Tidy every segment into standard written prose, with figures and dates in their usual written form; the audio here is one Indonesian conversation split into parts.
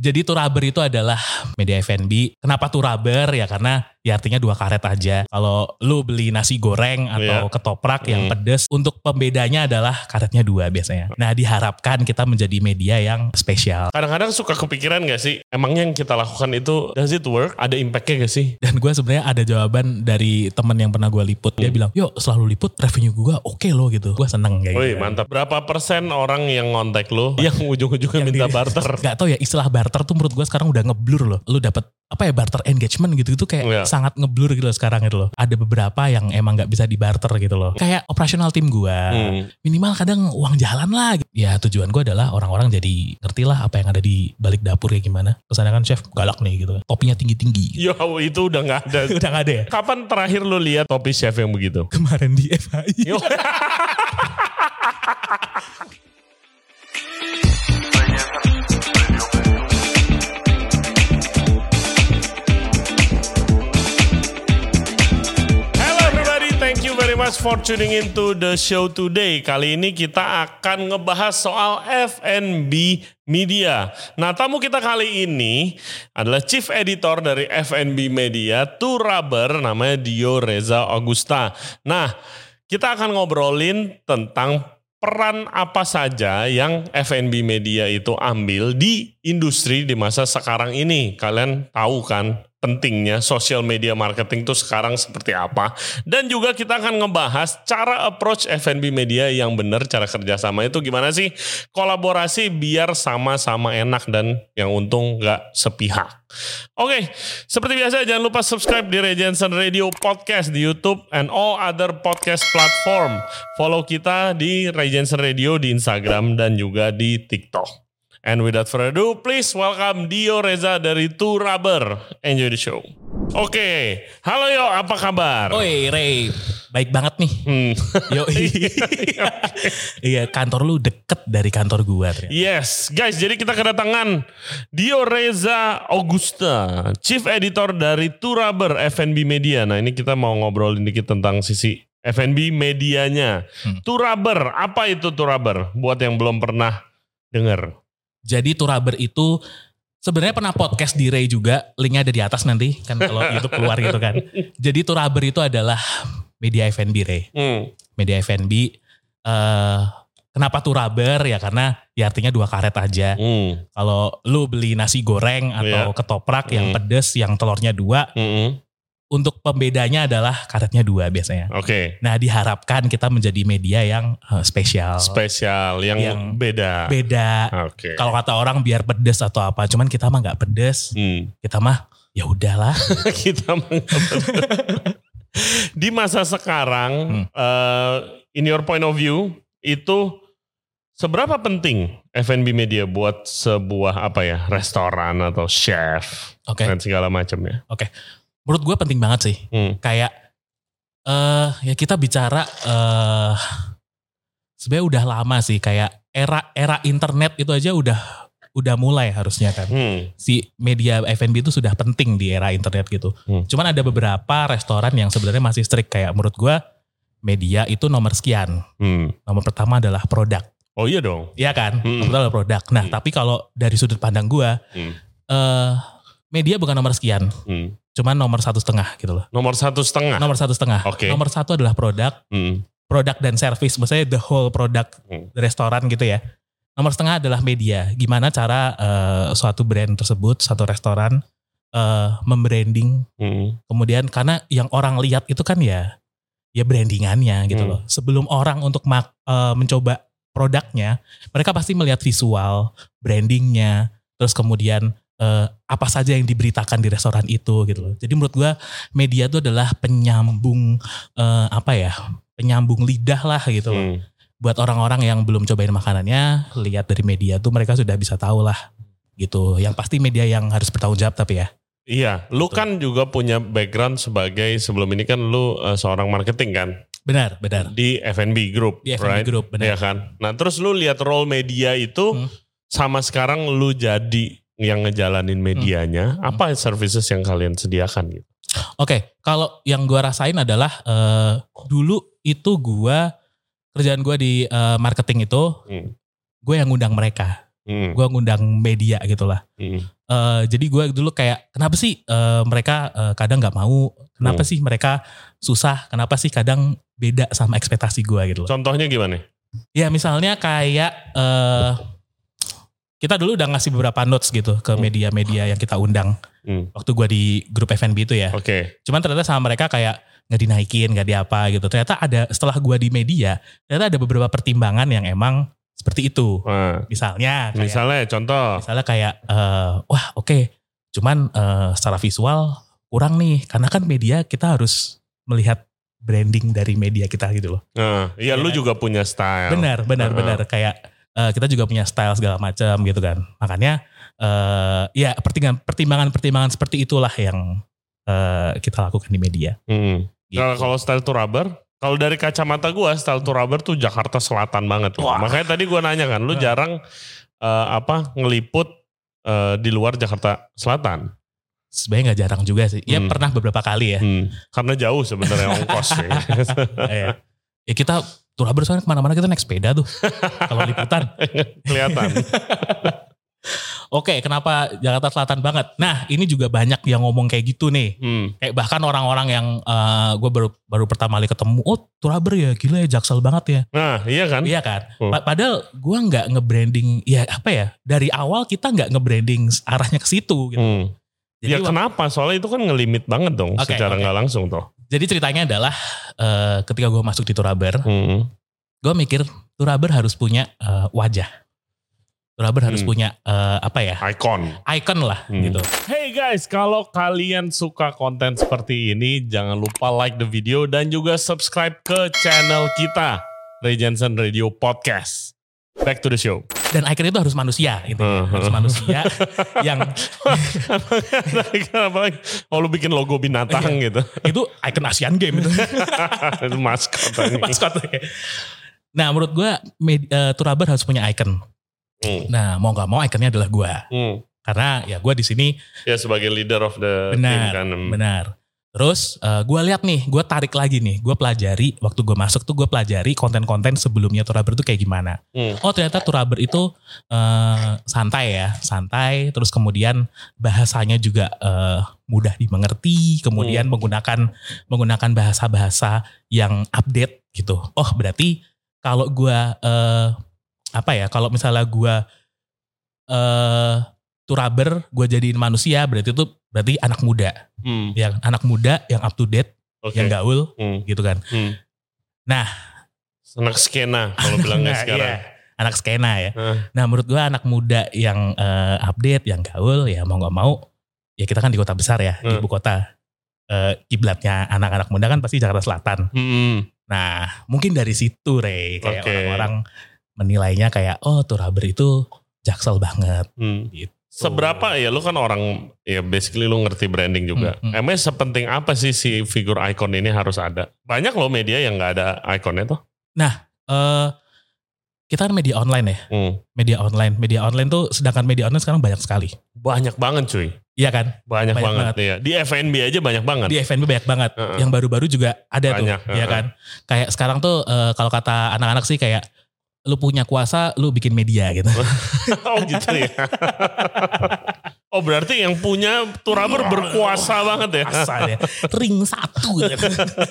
Jadi Turaber itu adalah media F&B. Kenapa Turaber? Ya karena ya artinya 2 karet aja. Kalau lu beli nasi goreng atau ketoprak yang pedes, untuk pembedanya adalah karetnya 2 biasanya. Nah diharapkan kita menjadi media yang spesial. Kadang-kadang suka kepikiran gak sih, emangnya yang kita lakukan itu does it work? Ada impactnya gak sih? Dan gue sebenarnya ada jawaban dari temen yang pernah gue liput. Dia bilang, yuk selalu liput, revenue gue oke loh gitu. Gue seneng kayak gitu. Mantap. Berapa persen orang yang ngontak lo yang ujung-ujungnya minta barter? Gak tau ya, istilah barter tuh menurut gue sekarang udah ngeblur loh. Lu dapet barter engagement gitu kayak sangat ngeblur gitu loh sekarang gitu loh. Ada beberapa yang emang gak bisa dibarter gitu loh. Kayak operasional tim gue. Minimal kadang uang jalan lah. Ya tujuan gue adalah orang-orang jadi ngerti lah apa yang ada di balik dapur kayak gimana. Terus ada kan chef galak nih gitu. Topinya tinggi-tinggi. Yo itu udah gak ada. Udah gak ada ya? Kapan terakhir lu lihat topi chef yang begitu? Kemarin di FHI. For tuning into the show today. Kali ini kita akan ngebahas soal F&B Media. Nah, tamu kita kali ini adalah Chief Editor dari F&B Media, Turaber, namanya Dio Reza Augusta. Nah, kita akan ngobrolin tentang peran apa saja yang F&B Media itu ambil di industri di masa sekarang ini. Kalian tahu kan pentingnya social media marketing itu sekarang seperti apa. Dan juga kita akan ngebahas cara approach F&B Media yang benar, cara kerjasama itu gimana sih. Kolaborasi biar sama-sama enak dan yang untung gak sepihak. Oke, seperti biasa jangan lupa subscribe di Regensen Radio Podcast di YouTube and all other podcast platform. Follow kita di Regensen Radio di Instagram dan juga di TikTok. And without further ado, please welcome Dio Reza dari Turaber. Enjoy the show. Oke, halo Yo, apa kabar? Oi Ray, baik banget nih. Yo, iya kantor lu deket dari kantor gua. Ternyata. Yes, guys, jadi kita kedatangan Dio Reza Augusta, Chief Editor dari Turaber F&B Media. Nah ini kita mau ngobrolin dikit tentang sisi F&B medianya. Turaber, apa itu Turaber? Buat yang belum pernah dengar. Jadi Turaber itu sebenarnya pernah podcast di Ray juga, linknya ada di atas nanti kan kalau YouTube keluar gitu kan. Jadi Turaber itu adalah media F&B Ray. Media F&B. Kenapa Turaber? Ya karena ya artinya 2 karet aja. Kalau lu beli nasi goreng atau ketoprak yang pedes, yang telurnya 2. Untuk pembedanya adalah karetnya 2 biasanya. Oke. Nah diharapkan kita menjadi media yang spesial. Spesial, yang beda. Beda. Oke. Kalau kata orang biar pedes atau apa, cuman kita mah nggak pedes. Kita mah ya udahlah. Kita mah nggak pedes. Di masa sekarang, in your point of view, itu seberapa penting F&B Media buat sebuah restoran atau chef dan segala macamnya? Oke. Menurut gue penting banget sih. Kayak ya kita bicara sebenarnya udah lama sih, kayak era internet itu aja udah mulai harusnya kan. Si media F&B itu sudah penting di era internet gitu. Cuman ada beberapa restoran yang sebenarnya masih strict, kayak menurut gue media itu nomor sekian. Nomor pertama adalah produk. Oh iya dong. Iya kan? Nomor pertama adalah produk. Nah, tapi kalau dari sudut pandang gue media bukan nomor sekian. Cuman nomor 1,5 gitu loh. Nomor 1,5? Nomor 1,5. Okay. Nomor 1 adalah produk. Produk dan service. Maksudnya the whole product restoran gitu ya. Nomor 0,5 adalah media. Gimana cara suatu brand tersebut, satu restoran membranding. Kemudian karena yang orang lihat itu kan ya brandingannya gitu loh. Sebelum orang untuk mencoba produknya, mereka pasti melihat visual, brandingnya, terus kemudian apa saja yang diberitakan di restoran itu gitu loh. Jadi menurut gue media itu adalah penyambung penyambung lidah lah gitu loh. Buat orang-orang yang belum cobain makanannya, lihat dari media tuh mereka sudah bisa tahu lah gitu. Yang pasti media yang harus bertanggung jawab tapi ya. Iya, lu kan juga punya background sebagai, sebelum ini kan lu seorang marketing kan? Benar. Di F&B Group, di F&B Group, benar. Iya kan? Nah terus lu lihat role media itu sama sekarang lu jadi yang ngejalanin medianya, apa services yang kalian sediakan gitu? Oke, kalau yang gue rasain adalah dulu itu kerjaan gue di marketing itu, gue yang ngundang mereka. gue ngundang media gitulah. Jadi gue dulu kayak kenapa sih mereka kadang nggak mau, kenapa sih mereka susah, kenapa sih kadang beda sama ekspektasi gue gitu loh. Contohnya gimana? Ya misalnya kayak kita dulu udah ngasih beberapa notes gitu ke media-media yang kita undang waktu gue di grup F&B itu ya. Cuman ternyata sama mereka kayak nggak dinaikin, nggak diapa gitu. Ternyata ada setelah gue di media, ternyata ada beberapa pertimbangan yang emang seperti itu. Misalnya contoh. Misalnya kayak wah oke. Cuman secara visual kurang nih, karena kan media kita harus melihat branding dari media kita gitu loh. Iya, lu juga punya style. Benar. Kayak kita juga punya style segala macam gitu kan. Makanya ya pertimbangan seperti itulah yang kita lakukan di media. Gitu. Kalau style to rubber, kalau dari kacamata gue, style to rubber tuh Jakarta Selatan banget. Makanya tadi gue nanya kan, lu jarang ngeliput di luar Jakarta Selatan. Sebenarnya nggak jarang juga sih. Ya pernah beberapa kali ya. Karena jauh sebenarnya ongkos. Ya kita to rubber soalnya kemana-mana kita naik sepeda tuh. Kalau liputan. Kelihatan. Oke, kenapa Jakarta Selatan banget? Nah, ini juga banyak yang ngomong kayak gitu nih. Kayak bahkan orang-orang yang gue baru pertama kali ketemu, oh to rubber ya, gila ya, Jaksel banget ya. Nah, iya kan? Iya kan? Padahal gue nggak nge-branding, ya apa ya, dari awal kita nggak nge-branding arahnya ke situ gitu. Jadi ya kenapa? Soalnya itu kan ngelimit banget dong secara nggak langsung toh. Jadi ceritanya adalah ketika gue masuk di to rubber, gue mikir to rubber harus punya wajah. Rubber harus punya icon lah gitu. Hey guys, kalau kalian suka konten seperti ini, jangan lupa like the video dan juga subscribe ke channel kita, Ray Jensen Radio Podcast. Back to the show. Dan icon itu harus manusia gitu. Harus manusia yang lu bikin logo binatang gitu. Itu icon Asian Game itu. Itu maskot. Nah, menurut gue to rubber harus punya icon. Nah, mau gak mau ikonnya adalah gue. Karena ya gue di sini ya sebagai leader of the team kan. Benar. Terus gue lihat nih, gue tarik lagi nih, gue pelajari waktu gue masuk tuh gue pelajari konten-konten sebelumnya to rubber tuh kayak gimana. Oh ternyata to rubber itu santai. Terus kemudian bahasanya juga mudah dimengerti. Kemudian menggunakan bahasa-bahasa yang update gitu. Oh berarti kalau gue kalau misalnya gue to rubber gue jadiin manusia, berarti anak muda. Yang anak muda yang up to date, yang gaul gitu kan. Nah, anak skena kalau bilangnya sekarang. Iya, anak skena ya. Nah, menurut gue anak muda yang update, yang gaul, ya mau gak mau, ya kita kan di kota besar ya, di ibu kota. Kiblatnya anak-anak muda kan pasti Jakarta Selatan. Nah, mungkin dari situ Ray, kayak orang-orang menilainya kayak to rubber itu Jaksel banget. Gitu. Seberapa ya lu kan orang ya basically lu ngerti branding juga. Emangnya sepenting apa sih si figur icon ini harus ada? Banyak loh media yang gak ada iconnya tuh. Nah kita kan media online ya. Media online tuh sedangkan media online sekarang banyak sekali. Banyak banget cuy. Iya kan? Banyak banget. Ya. Di F&B aja banyak banget. Di F&B banyak banget. Yang baru-baru juga ada banyak, tuh. Iya kan? Kayak sekarang tuh kalau kata anak-anak sih kayak lu punya kuasa, lu bikin media gitu. Oh gitu ya. Oh berarti yang punya to rubber berkuasa banget ya. Kuasa ya. Ring 1 gitu.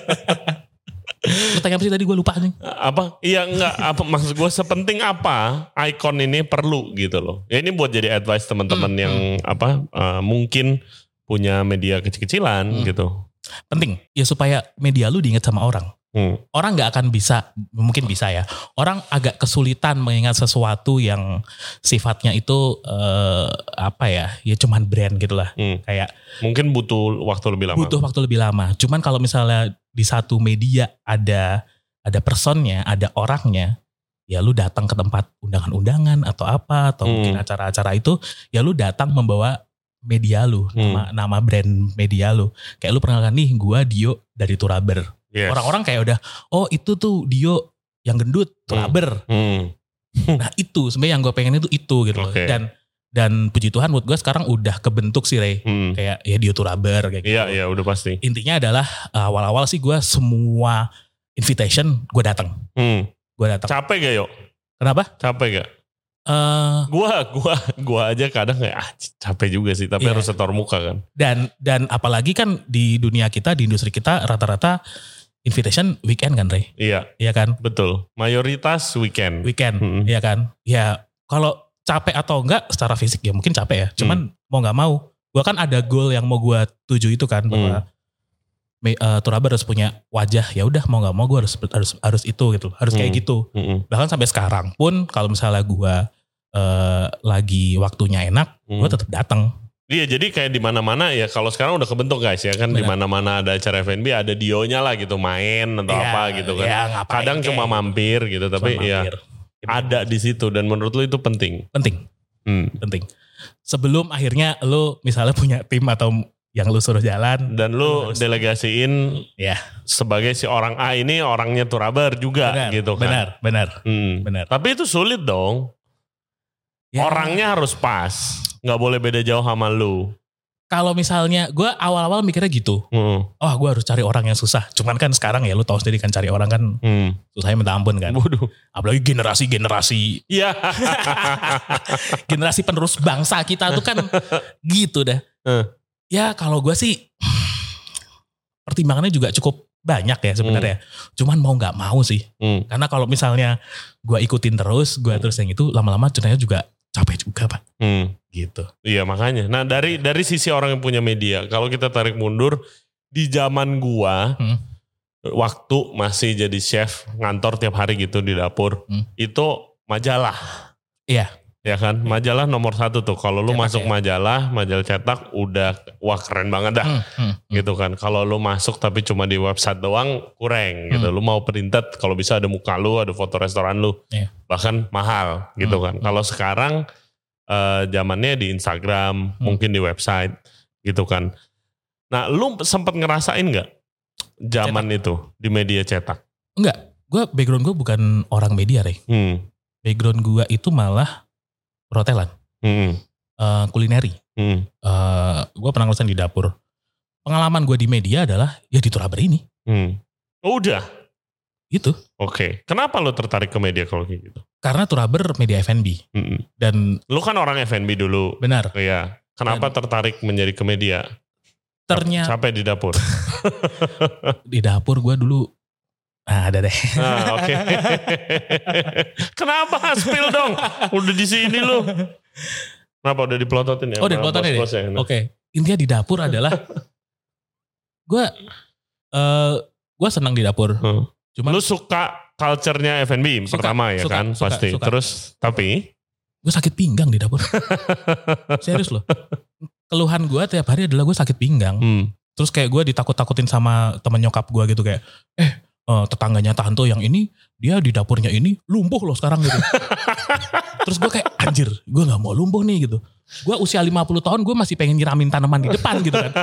Lu tanya apa sih tadi gue lupa nih. Apa? Iya enggak, apa maksud gue sepenting apa icon ini perlu gitu loh. Ya ini buat jadi advice teman-teman yang mungkin punya media kecil-kecilan gitu. Penting. Ya supaya media lu diingat sama orang. Orang gak akan bisa, mungkin bisa ya, orang agak kesulitan mengingat sesuatu yang sifatnya itu ya cuman brand gitu lah. Kayak mungkin butuh waktu lebih lama. Cuman kalau misalnya di satu media ada personnya, ada orangnya, ya lu datang ke tempat undangan-undangan atau apa, atau mungkin acara-acara itu, ya lu datang membawa media lu, nama brand media lu. Kayak lu perkenalkan nih, gua Dio dari to rubber. Yes. Orang-orang kayak udah, oh itu tuh Dio yang gendut, to rubber. Nah itu sebenarnya yang gue pengen itu gitu loh. Dan puji Tuhan menurut gue sekarang udah kebentuk sih Ray. Kayak ya Dio to rubber kayak gitu. Iya udah pasti. Intinya adalah awal-awal sih gue semua invitation gue datang. Capek gak Yo? Kenapa? Capek gak? Gua aja kadang kayak capek juga sih, tapi harus setor muka kan. Dan apalagi kan di dunia kita, di industri kita rata-rata invitation weekend kan, Rey? Iya. Iya kan? Betul. Mayoritas weekend. Iya kan? Ya kalau capek atau enggak secara fisik ya mungkin capek ya. Cuman mau nggak mau, gua kan ada goal yang mau gua tuju itu kan, bahwa Tour Rubber harus punya wajah. Ya udah mau nggak mau gua harus itu gitu, harus kayak gitu. Bahkan sampai sekarang pun kalau misalnya gua lagi waktunya enak, gua tetap datang. Iya, jadi kayak di mana-mana ya, kalau sekarang udah kebentuk guys ya kan, di mana-mana ada acara F&B ada Dio-nya lah gitu, main atau apa gitu kan. Ya, kadang cuma mampir gitu, tapi ya ada di situ, dan menurut lu itu penting. Penting. Sebelum akhirnya lu misalnya punya tim atau yang lu suruh jalan, dan lu delegasiin sebagai si orang A ini orangnya Tour Rubber juga gitu kan. Benar. Tapi itu sulit dong. Orangnya harus pas, nggak boleh beda jauh sama lu. Kalau misalnya gue awal-awal mikirnya gitu, gue harus cari orang yang susah. Cuman kan sekarang ya lu tahu sendiri kan, cari orang kan susahnya minta ampun kan. Waduh. Apalagi generasi. Iya. Generasi penerus bangsa kita tuh kan gitu dah. Ya kalau gue sih pertimbangannya juga cukup banyak ya sebenarnya. Cuman mau nggak mau sih. Karena kalau misalnya gue ikutin terus, gue terus yang itu, lama-lama ternyata juga capek juga Pak. Gitu. Iya makanya. Nah dari sisi orang yang punya media, kalau kita tarik mundur di zaman gua, waktu masih jadi chef ngantor tiap hari gitu di dapur, itu majalah. Iya. Ya kan, majalah nomor 1 tuh. Kalau lu masuk majalah cetak, udah wah keren banget dah. Gitu kan. Kalau lu masuk tapi cuma di website doang, kurang gitu. Lu mau printed, kalau bisa ada muka lu, ada foto restoran lu. Bahkan mahal gitu kan. Kalau sekarang zamannya di Instagram, mungkin di website gitu kan. Nah, lu sempat ngerasain nggak zaman itu di media cetak? Enggak, background gue bukan orang media, Rey. Background gue itu malah perhotelan, kulineri. Gue pernah ngerasain di dapur. Pengalaman gue di media adalah ya di Tour Rubber ini. Udah. Gitu. Oke. Kenapa lo tertarik ke media kalau kayak gitu? Karena Tour Rubber media F&B. Dan lo kan orang F&B dulu. Benar. Iya. Kenapa tertarik menjadi ke media? Ternyata. Capek di dapur. Di dapur gue dulu. Ada deh. Oke. Kenapa spill dong? Udah di sini lo. Kenapa udah dipelototin ya? Oh, dipelototin ya? Oke. Intinya di dapur adalah gue senang di dapur. Cuma lu suka culture-nya F&B pertama ya kan? Pasti. Terus tapi gue sakit pinggang di dapur. Serius loh. Keluhan gue tiap hari adalah gue sakit pinggang. Terus kayak gue ditakut-takutin sama teman nyokap gue gitu kayak, tetangganya Tanto yang ini, dia di dapurnya ini lumpuh loh sekarang gitu. Terus gue kayak anjir, gue gak mau lumpuh nih gitu. Gue usia 50 tahun gue masih pengen nyiramin tanaman di depan gitu kan.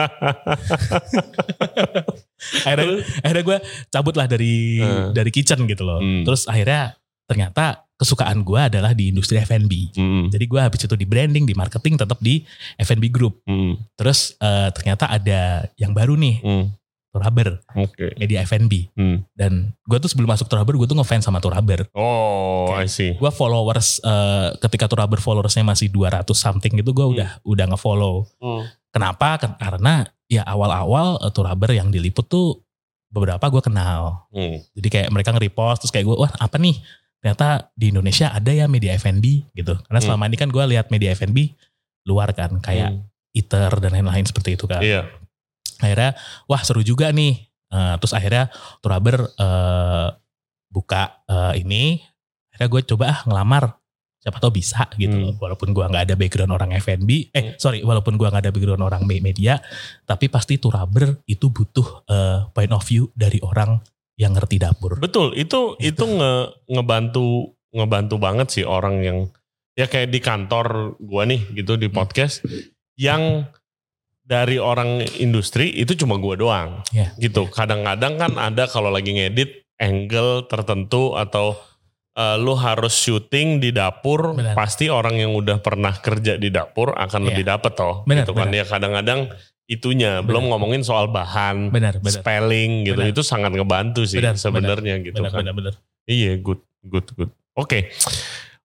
akhirnya gue cabut lah dari kitchen gitu loh. Terus akhirnya ternyata kesukaan gue adalah di industri F&B. Jadi gue habis itu di branding, di marketing, tetap di F&B group. Terus ternyata ada yang baru nih. Tour Rubber, media F&B. Dan gue tuh sebelum masuk Tour Rubber, gue tuh ngefans sama Tour Rubber. Oh, I see. Gue followers, ketika Tour Rubber followersnya masih 200 something gitu, gue udah nge-follow. Kenapa? Karena ya awal-awal Tour Rubber yang diliput tuh beberapa gue kenal. Jadi kayak mereka nge-repost, terus kayak gue, wah apa nih? Ternyata di Indonesia ada ya media F&B gitu. Karena selama ini kan gue lihat media F&B luar kan, kayak Eater dan lain-lain seperti itu kan. Iya. Akhirnya wah seru juga nih. Terus akhirnya Tour Rubber buka ini. Akhirnya gue coba ngelamar. Siapa tahu bisa gitu loh. Walaupun gue gak ada background orang F&B. Walaupun gue gak ada background orang media. Tapi pasti Tour Rubber itu butuh point of view dari orang yang ngerti dapur. Betul. Itu ngebantu banget sih orang yang. Ya kayak di kantor gue nih gitu di podcast. Yang dari orang industri itu cuma gue doang gitu. Kadang-kadang kan ada kalau lagi ngedit angle tertentu atau lu harus syuting di dapur. Benar. Pasti orang yang udah pernah kerja di dapur akan lebih dapet toh. Benar, gitu kan ya kadang-kadang itunya. Belum ngomongin soal bahan, spelling gitu. Itu sangat ngebantu sih sebenarnya gitu kan. Benar. Iya good. Oke.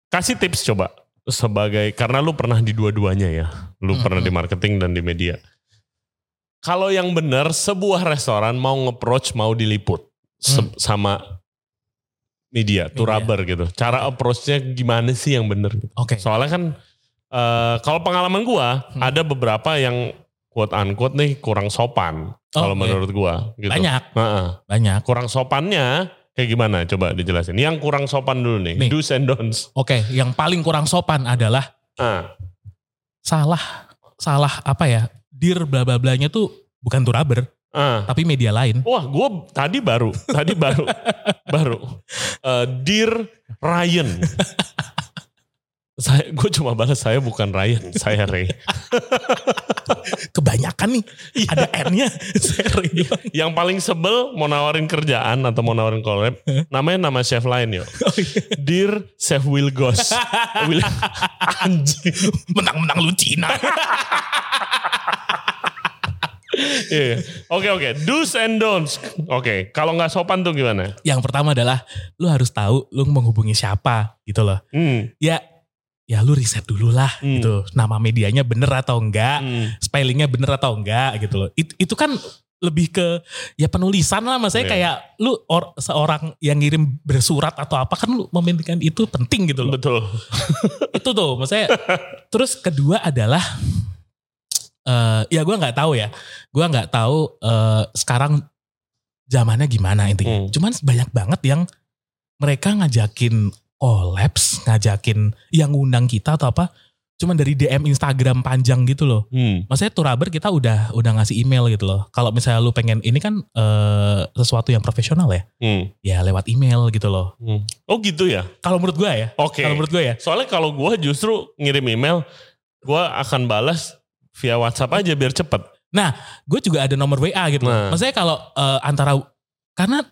kasih tips coba sebagai, karena lu pernah di dua-duanya ya. Lu pernah di marketing dan di media. Kalau yang benar sebuah restoran mau nge-approach, mau diliput sama media, to rubber gitu. Cara approach-nya gimana sih yang benar gitu. Soalnya kan kalau pengalaman gua ada beberapa yang quote unquote nih kurang sopan kalau menurut gua gitu. Banyak. Kurang sopannya kayak gimana? Coba dijelasin. Yang kurang sopan dulu nih. Do's and don'ts. Yang paling kurang sopan adalah salah apa ya? Dir bla bla blanya tuh bukan to rubber. Tapi media lain. Wah, gue tadi baru. Dear Ryan. Gue cuma balas saya bukan Ryan, saya Ray. Kebanyakan nih, ada R-nya. Yang paling sebel mau nawarin kerjaan atau mau nawarin collab, namanya nama chef lain yo. Dear Chef Wilgos. Anjing. Menang-menang lu Cina. Oke. Do's and don'ts. Kalau nggak sopan tuh gimana? Yang pertama adalah lu harus tahu lu menghubungi siapa gitu loh. Ya lu riset dulu lah gitu. Nama medianya bener atau enggak, spellingnya bener atau enggak gitu loh. Itu kan lebih ke ya penulisan lah, maksudnya kayak lu seorang yang ngirim bersurat atau apa kan lu mementingkan itu penting gitu loh. Betul. Itu tuh maksudnya. Terus kedua adalah ya gue nggak tahu ya. Gue nggak tahu sekarang zamannya gimana intinya. Cuman banyak banget yang mereka ngajakin collabs, ngajakin yang ngundang kita atau apa, cuman dari DM Instagram panjang gitu loh. Maksudnya to rubber kita udah ngasih email gitu loh. Kalau misalnya lu pengen ini kan sesuatu yang profesional ya, ya lewat email gitu loh. Oh gitu ya? Kalau menurut gue ya. Kalau menurut gue ya. Soalnya kalau gue justru ngirim email, gue akan balas via WhatsApp aja biar cepet. Nah, gue juga ada nomor WA gitu. Maksudnya kalau antara, karena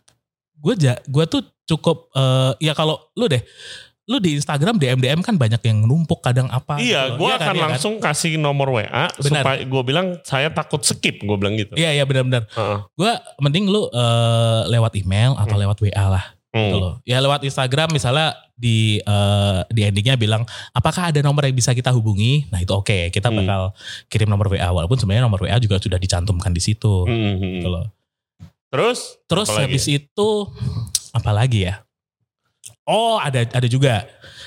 gue tuh cukup ya kalau lu di Instagram DM kan banyak yang numpuk kadang apa. Iya, gitu. Gue akan langsung kasih nomor WA. Benar. Supaya gue bilang saya takut skip, gue bilang gitu. Iya benar. Gue mending lu lewat email atau lewat WA lah. Gitu loh. Ya lewat Instagram misalnya di endingnya bilang apakah ada nomor yang bisa kita hubungi. Nah itu oke. Kita bakal kirim nomor WA walaupun sebenarnya nomor WA juga sudah dicantumkan di situ. Gitu loh. Terus habis itu apa lagi ya? Oh ada juga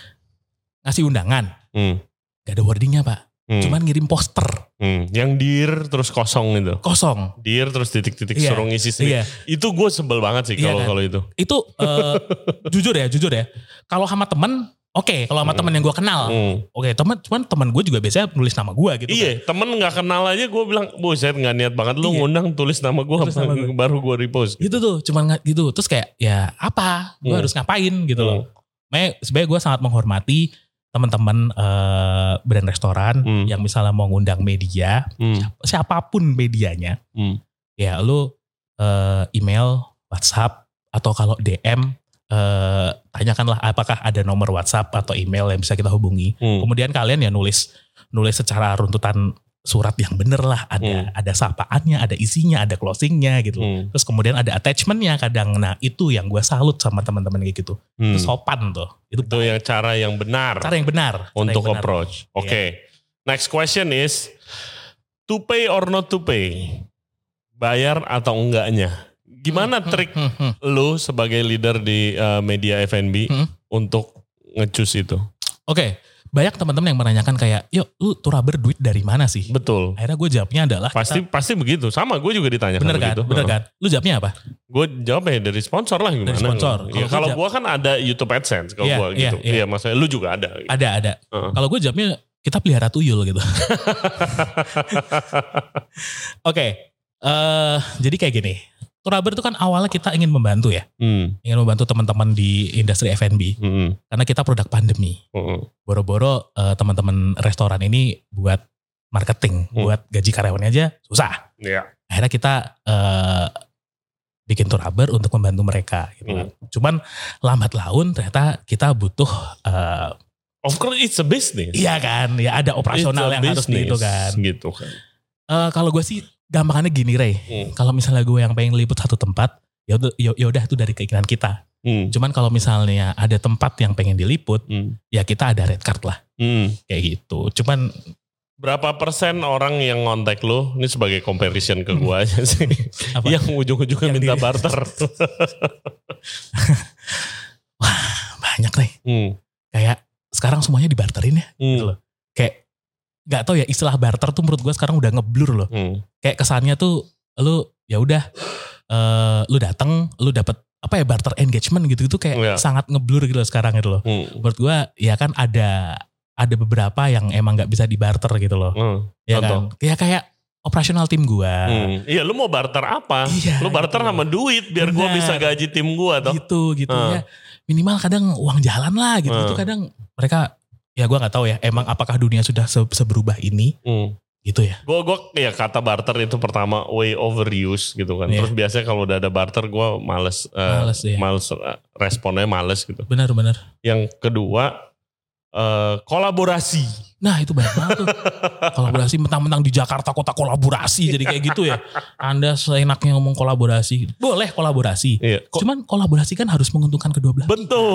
ngasih undangan. Gak ada wordingnya Pak. Cuman ngirim poster. Yang dir terus kosong itu. Kosong. Dir terus titik-titik suruh ngisi sendiri. Itu gue sebel banget sih kalau itu. Itu jujur ya. Kalau sama temen oke, kalau sama temen yang gue kenal. Oke, cuman temen gue juga biasanya nulis nama gue gitu. Iya, kan. Temen gak kenal aja gue bilang, buset gak niat banget lu ngundang tulis nama gue baru gue repost. Gitu tuh, cuman gitu. Terus kayak ya apa, gue harus ngapain gitu loh. Makanya sebenarnya gue sangat menghormati teman-teman brand restoran yang misalnya mau ngundang media, siapapun medianya. Ya lu email, WhatsApp, atau kalau DM, tanyakanlah apakah ada nomor WhatsApp atau email yang bisa kita hubungi. Kemudian kalian ya nulis secara runtutan surat yang bener lah. Ada sapaannya, ada isinya, ada closingnya gitu. Terus kemudian ada attachmentnya kadang. Nah itu yang gue salut sama teman-teman kayak gitu. Itu sopan tuh. Itu yang cara yang benar. Cara yang benar. Untuk approach. Oke. Next question is, to pay or not to pay? Bayar atau enggaknya? Gimana trik lu sebagai leader di media F&B untuk nge-choose itu? Oke, banyak teman-teman yang menanyakan kayak, yuk lu to rubber duit dari mana sih? Betul. Akhirnya gue jawabnya adalah pasti begitu. Sama gue juga ditanya begitu. Bener kan? Lu jawabnya apa? Gue jawabnya dari sponsor lah gimana. Dari sponsor. Kalau gue kan ada YouTube AdSense kalau gue gitu. Iya, maksudnya lu juga ada. Gitu. Ada. Kalau gue jawabnya kita pelihara tuyul gitu. Oke. Jadi kayak gini. To rubber itu kan awalnya kita ingin membantu ya. Ingin membantu teman-teman di industri F&B. Karena kita produk pandemi. Boro-boro teman-teman restoran ini buat marketing. Buat gaji karyawannya aja susah. Akhirnya kita bikin to rubber untuk membantu mereka. Gitu. Cuman lambat laun ternyata kita butuh... of course it's a business. Iya kan. Ya ada operasional yang harus gitu kan. Gitu kan. Kalau gue sih... Gampangannya gini Ray, kalau misalnya gue yang pengen liput satu tempat, ya udah itu dari keinginan kita. Cuman kalau misalnya ada tempat yang pengen diliput, ya kita ada red card lah. Kayak gitu. Cuman berapa persen orang yang ngontek lu, ini sebagai comparison ke gua aja sih, yang ujung-ujungnya yang minta barter? Wah, banyak nih. Kayak sekarang semuanya dibarterin ya. Gitu loh. Kayak gak tahu ya, istilah barter tuh menurut gua sekarang udah ngeblur loh. Kayak kesannya tuh lu ya udah lu datang, lu dapet apa ya, barter engagement gitu kayak sangat ngeblur gitu loh sekarang gitu loh. Menurut gua ya kan ada beberapa yang emang gak bisa dibarter gitu loh. Ya kan? Kayak operasional tim gua. Iya, lu mau barter apa? Iya, lu barter gitu. sama duit biar gua bisa gaji tim gua toh. Gitu ya. Minimal kadang uang jalan lah gitu. Itu kadang mereka, ya gua gak tahu ya emang apakah dunia sudah seberubah ini. Gitu ya. Gue ya kata barter itu pertama way overuse gitu kan. Terus biasanya kalau udah ada barter gue males responnya males gitu. Benar. Yang kedua kolaborasi. Nah itu banyak banget tuh. Kolaborasi mentang-mentang di Jakarta kota kolaborasi jadi kayak gitu ya. Anda seenaknya ngomong kolaborasi. Boleh kolaborasi. Iya. Cuman kolaborasi kan harus menguntungkan kedua belah.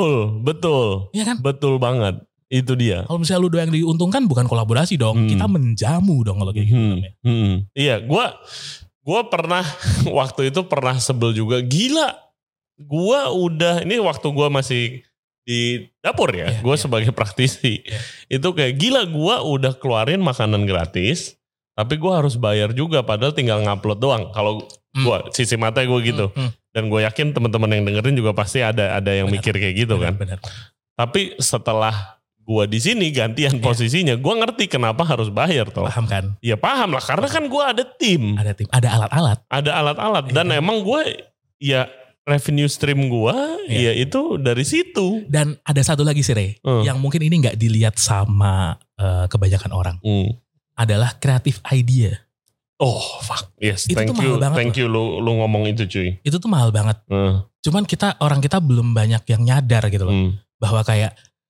Betul. Iya kan? Betul banget. Itu dia. Kalau misalnya lu doang yang diuntungkan bukan kolaborasi dong. Kita menjamu dong kalau kayak gitu. Iya, gue pernah waktu itu pernah sebel juga. Gila, gue udah, ini waktu gue masih di dapur ya, gue sebagai praktisi. Itu kayak gila, gue udah keluarin makanan gratis, tapi gue harus bayar juga padahal tinggal ngupload doang. Kalau gue, sisi mata gue gitu. Dan gue yakin teman-teman yang dengerin juga pasti ada yang mikir kayak gitu kan. Benar. Tapi setelah gue di sini gantian posisinya, gue ngerti kenapa harus bayar toh. Paham kan? Ya paham lah, karena kan gue ada tim. Ada alat-alat. Ada alat-alat dan emang gue ya revenue stream gue ya itu dari situ. Dan ada satu lagi sih Rey, yang mungkin ini gak dilihat sama kebanyakan orang. Adalah creative idea. Oh fuck, yes, itu thank you lu ngomong itu cuy. Itu tuh mahal banget. Cuman orang kita belum banyak yang nyadar gitu loh. Bahwa kayak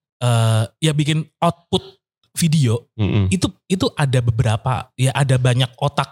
ya bikin output video itu ada beberapa, ya ada banyak otak.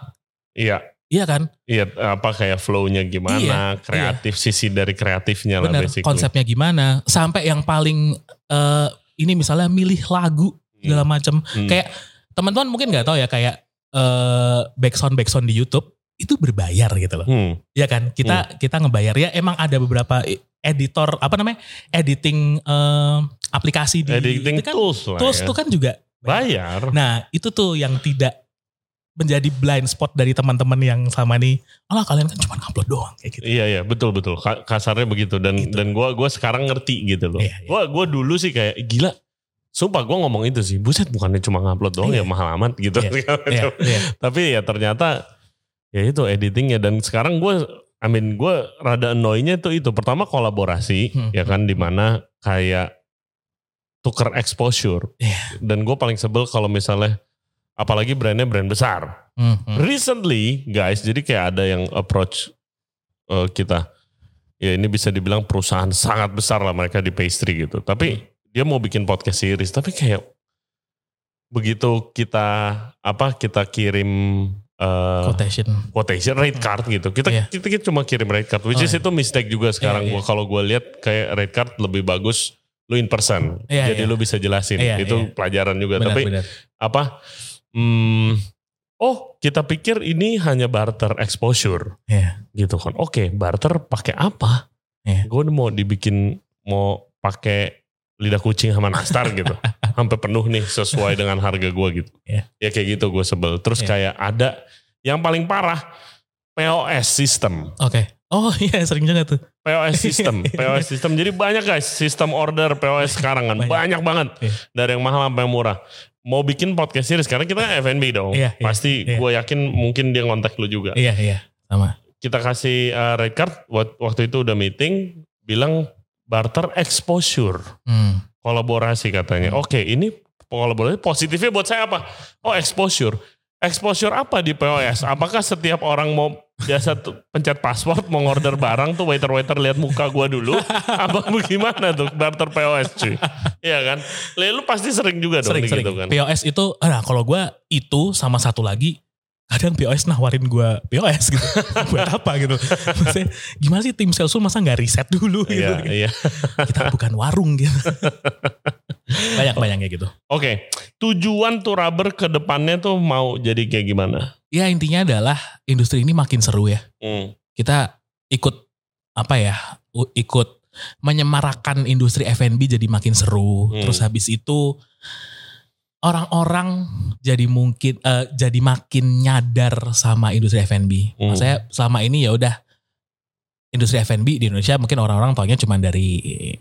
Iya kan? Iya, apa kayak flow-nya gimana, kreatif sisi dari kreatifnya lah basically. Konsepnya gimana, sampai yang paling ini misalnya milih lagu segala macam. Kayak teman-teman mungkin nggak tahu ya, kayak backsound di YouTube itu berbayar gitu loh. Iya kan? Kita ngebayar ya, emang ada beberapa editor editing aplikasi di editing itu kan, tools itu kan juga bayar. Nah itu tuh yang tidak menjadi blind spot dari teman-teman yang sama nih, kalian kan cuma ngupload doang kayak gitu. Iya betul kasarnya begitu dan gitu. Dan gue sekarang ngerti gitu loh. Gue dulu sih kayak gila, sumpah gue ngomong itu sih, buset bukannya cuma ngupload doang ya mahal amat gitu. Tapi ya ternyata ya itu editingnya, dan sekarang gue rada annoy-nya itu pertama kolaborasi ya kan, dimana kayak tuker exposure. Dan gue paling sebel kalau misalnya apalagi brandnya brand besar. Recently guys, jadi kayak ada yang approach kita. Ya ini bisa dibilang perusahaan sangat besar lah mereka di pastry gitu. Tapi dia mau bikin podcast series, tapi kayak begitu kita kirim quotation rate card gitu. Kita cuma kirim rate card, which is itu mistake juga sekarang. Kalau gue lihat kayak rate card lebih bagus lu in person. Jadi lu bisa jelasin. Itu pelajaran juga. Tapi kita pikir ini hanya barter exposure. Gitu kan. Oke, barter pakai apa? Gue mau pakai lidah kucing sama nastar gitu. Sampai penuh nih sesuai dengan harga gue gitu. Ya kayak gitu gue sebel. Terus kayak ada yang paling parah, POS system. Oh iya, sering juga tuh. POS system. Jadi banyak guys sistem order POS sekarang kan. Banyak banget. Dari yang mahal sampai yang murah. Mau bikin podcast series, karena kita F&B dong. Pasti gue yakin mungkin dia ngontak lu juga. Iya. Sama. Kita kasih rate card, waktu itu udah meeting, bilang barter exposure. Kolaborasi katanya. Oke, ini kolaborasi positifnya buat saya apa? Oh, exposure. Exposure apa di POS? Apakah setiap orang mau biasa pencet password mau order barang tuh waiter lihat muka gua dulu? Apa bagaimana tuh barter POS cuy? Iya kan? Lu pasti sering juga dong gitu kan. POS itu, kalau gua itu sama satu lagi ada yang POS nawarin gue POS gitu. Buat apa gitu. Maksudnya gimana sih tim sales masa gak riset dulu gitu. Iya. Kita bukan warung gitu. Banyak kayak gitu. Oke, tujuan Turaber ke depannya tuh mau jadi kayak gimana? Ya intinya adalah industri ini makin seru ya. Kita ikut ikut menyemarakan industri F&B jadi makin seru. Terus habis itu orang-orang jadi makin nyadar sama industri F&B. Maksudnya selama ini ya udah industri F&B di Indonesia mungkin orang-orang taunya cuma dari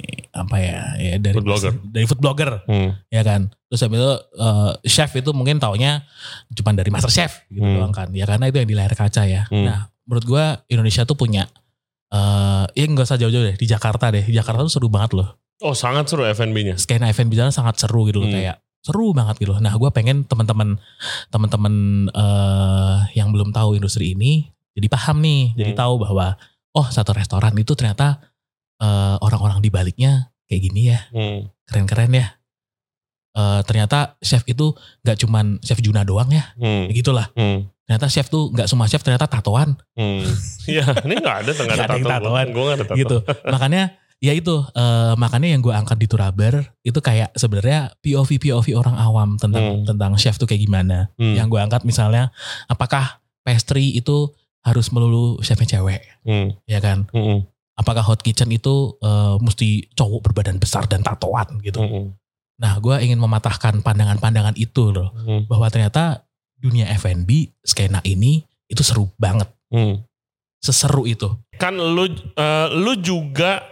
dari food blogger, ya kan. Terus habis itu chef itu mungkin taunya cuma dari Master Chef gitu doang kan. Ya karena itu yang di layar kaca ya. Nah, menurut gue Indonesia tuh punya ya nggak usah jauh-jauh deh, di Jakarta deh. Di Jakarta tuh seru banget loh. Oh, sangat seru F&B-nya. Skena F&B sana sangat seru gitu loh, kayak seru banget gitu loh. Nah, gue pengen teman-teman yang belum tahu industri ini jadi paham nih, jadi tahu bahwa satu restoran itu ternyata orang-orang di baliknya kayak gini ya, keren-keren ya. Ternyata chef itu nggak cuman chef Juna doang ya, gitulah. Ternyata chef tuh nggak semua chef ternyata tatoan. Ya, ini nggak ada tatoan. Gue nggak ada tatoan. Gitu. Makanya ya itu, makanya yang gue angkat di Turaber itu kayak sebenarnya POV orang awam tentang chef tuh kayak gimana. Yang gue angkat misalnya, apakah pastry itu harus melulu chefnya cewek, ya kan? Apakah hot kitchen itu mesti cowok berbadan besar dan tatoan gitu? Nah, gue ingin mematahkan pandangan-pandangan itu loh, bahwa ternyata dunia F&B skena ini itu seru banget, seseru itu. Kan lu juga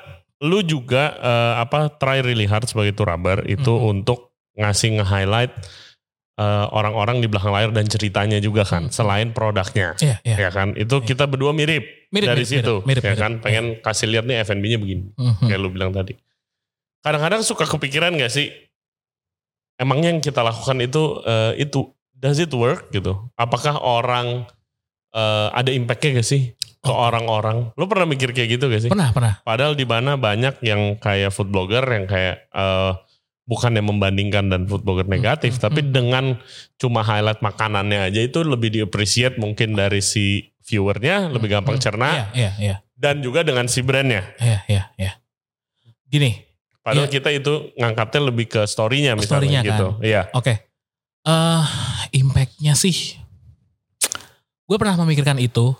try really hard sebagai Turaber itu untuk nge-highlight orang-orang di belakang layar dan ceritanya juga kan, selain produknya, ya kan. Itu kita berdua mirip dari situ, ya kan. Pengen kasih lihat nih F&B-nya begini, kayak lu bilang tadi. Kadang-kadang suka kepikiran gak sih, emangnya yang kita lakukan itu does it work gitu? Apakah orang ada impact-nya gak sih ke orang-orang? Lu pernah mikir kayak gitu gak sih? Pernah. Padahal di mana banyak yang kayak food blogger yang kayak bukan yang membandingkan dan food blogger negatif, tapi dengan cuma highlight makanannya aja itu lebih di-appreciate mungkin dari si viewernya, lebih gampang cerna. Dan juga dengan si brandnya. Iya. Gini. Padahal kita itu ngangkatnya lebih ke story-nya misalnya gitu. Kan? Iya. Oke. Impact-nya sih, gue pernah memikirkan itu.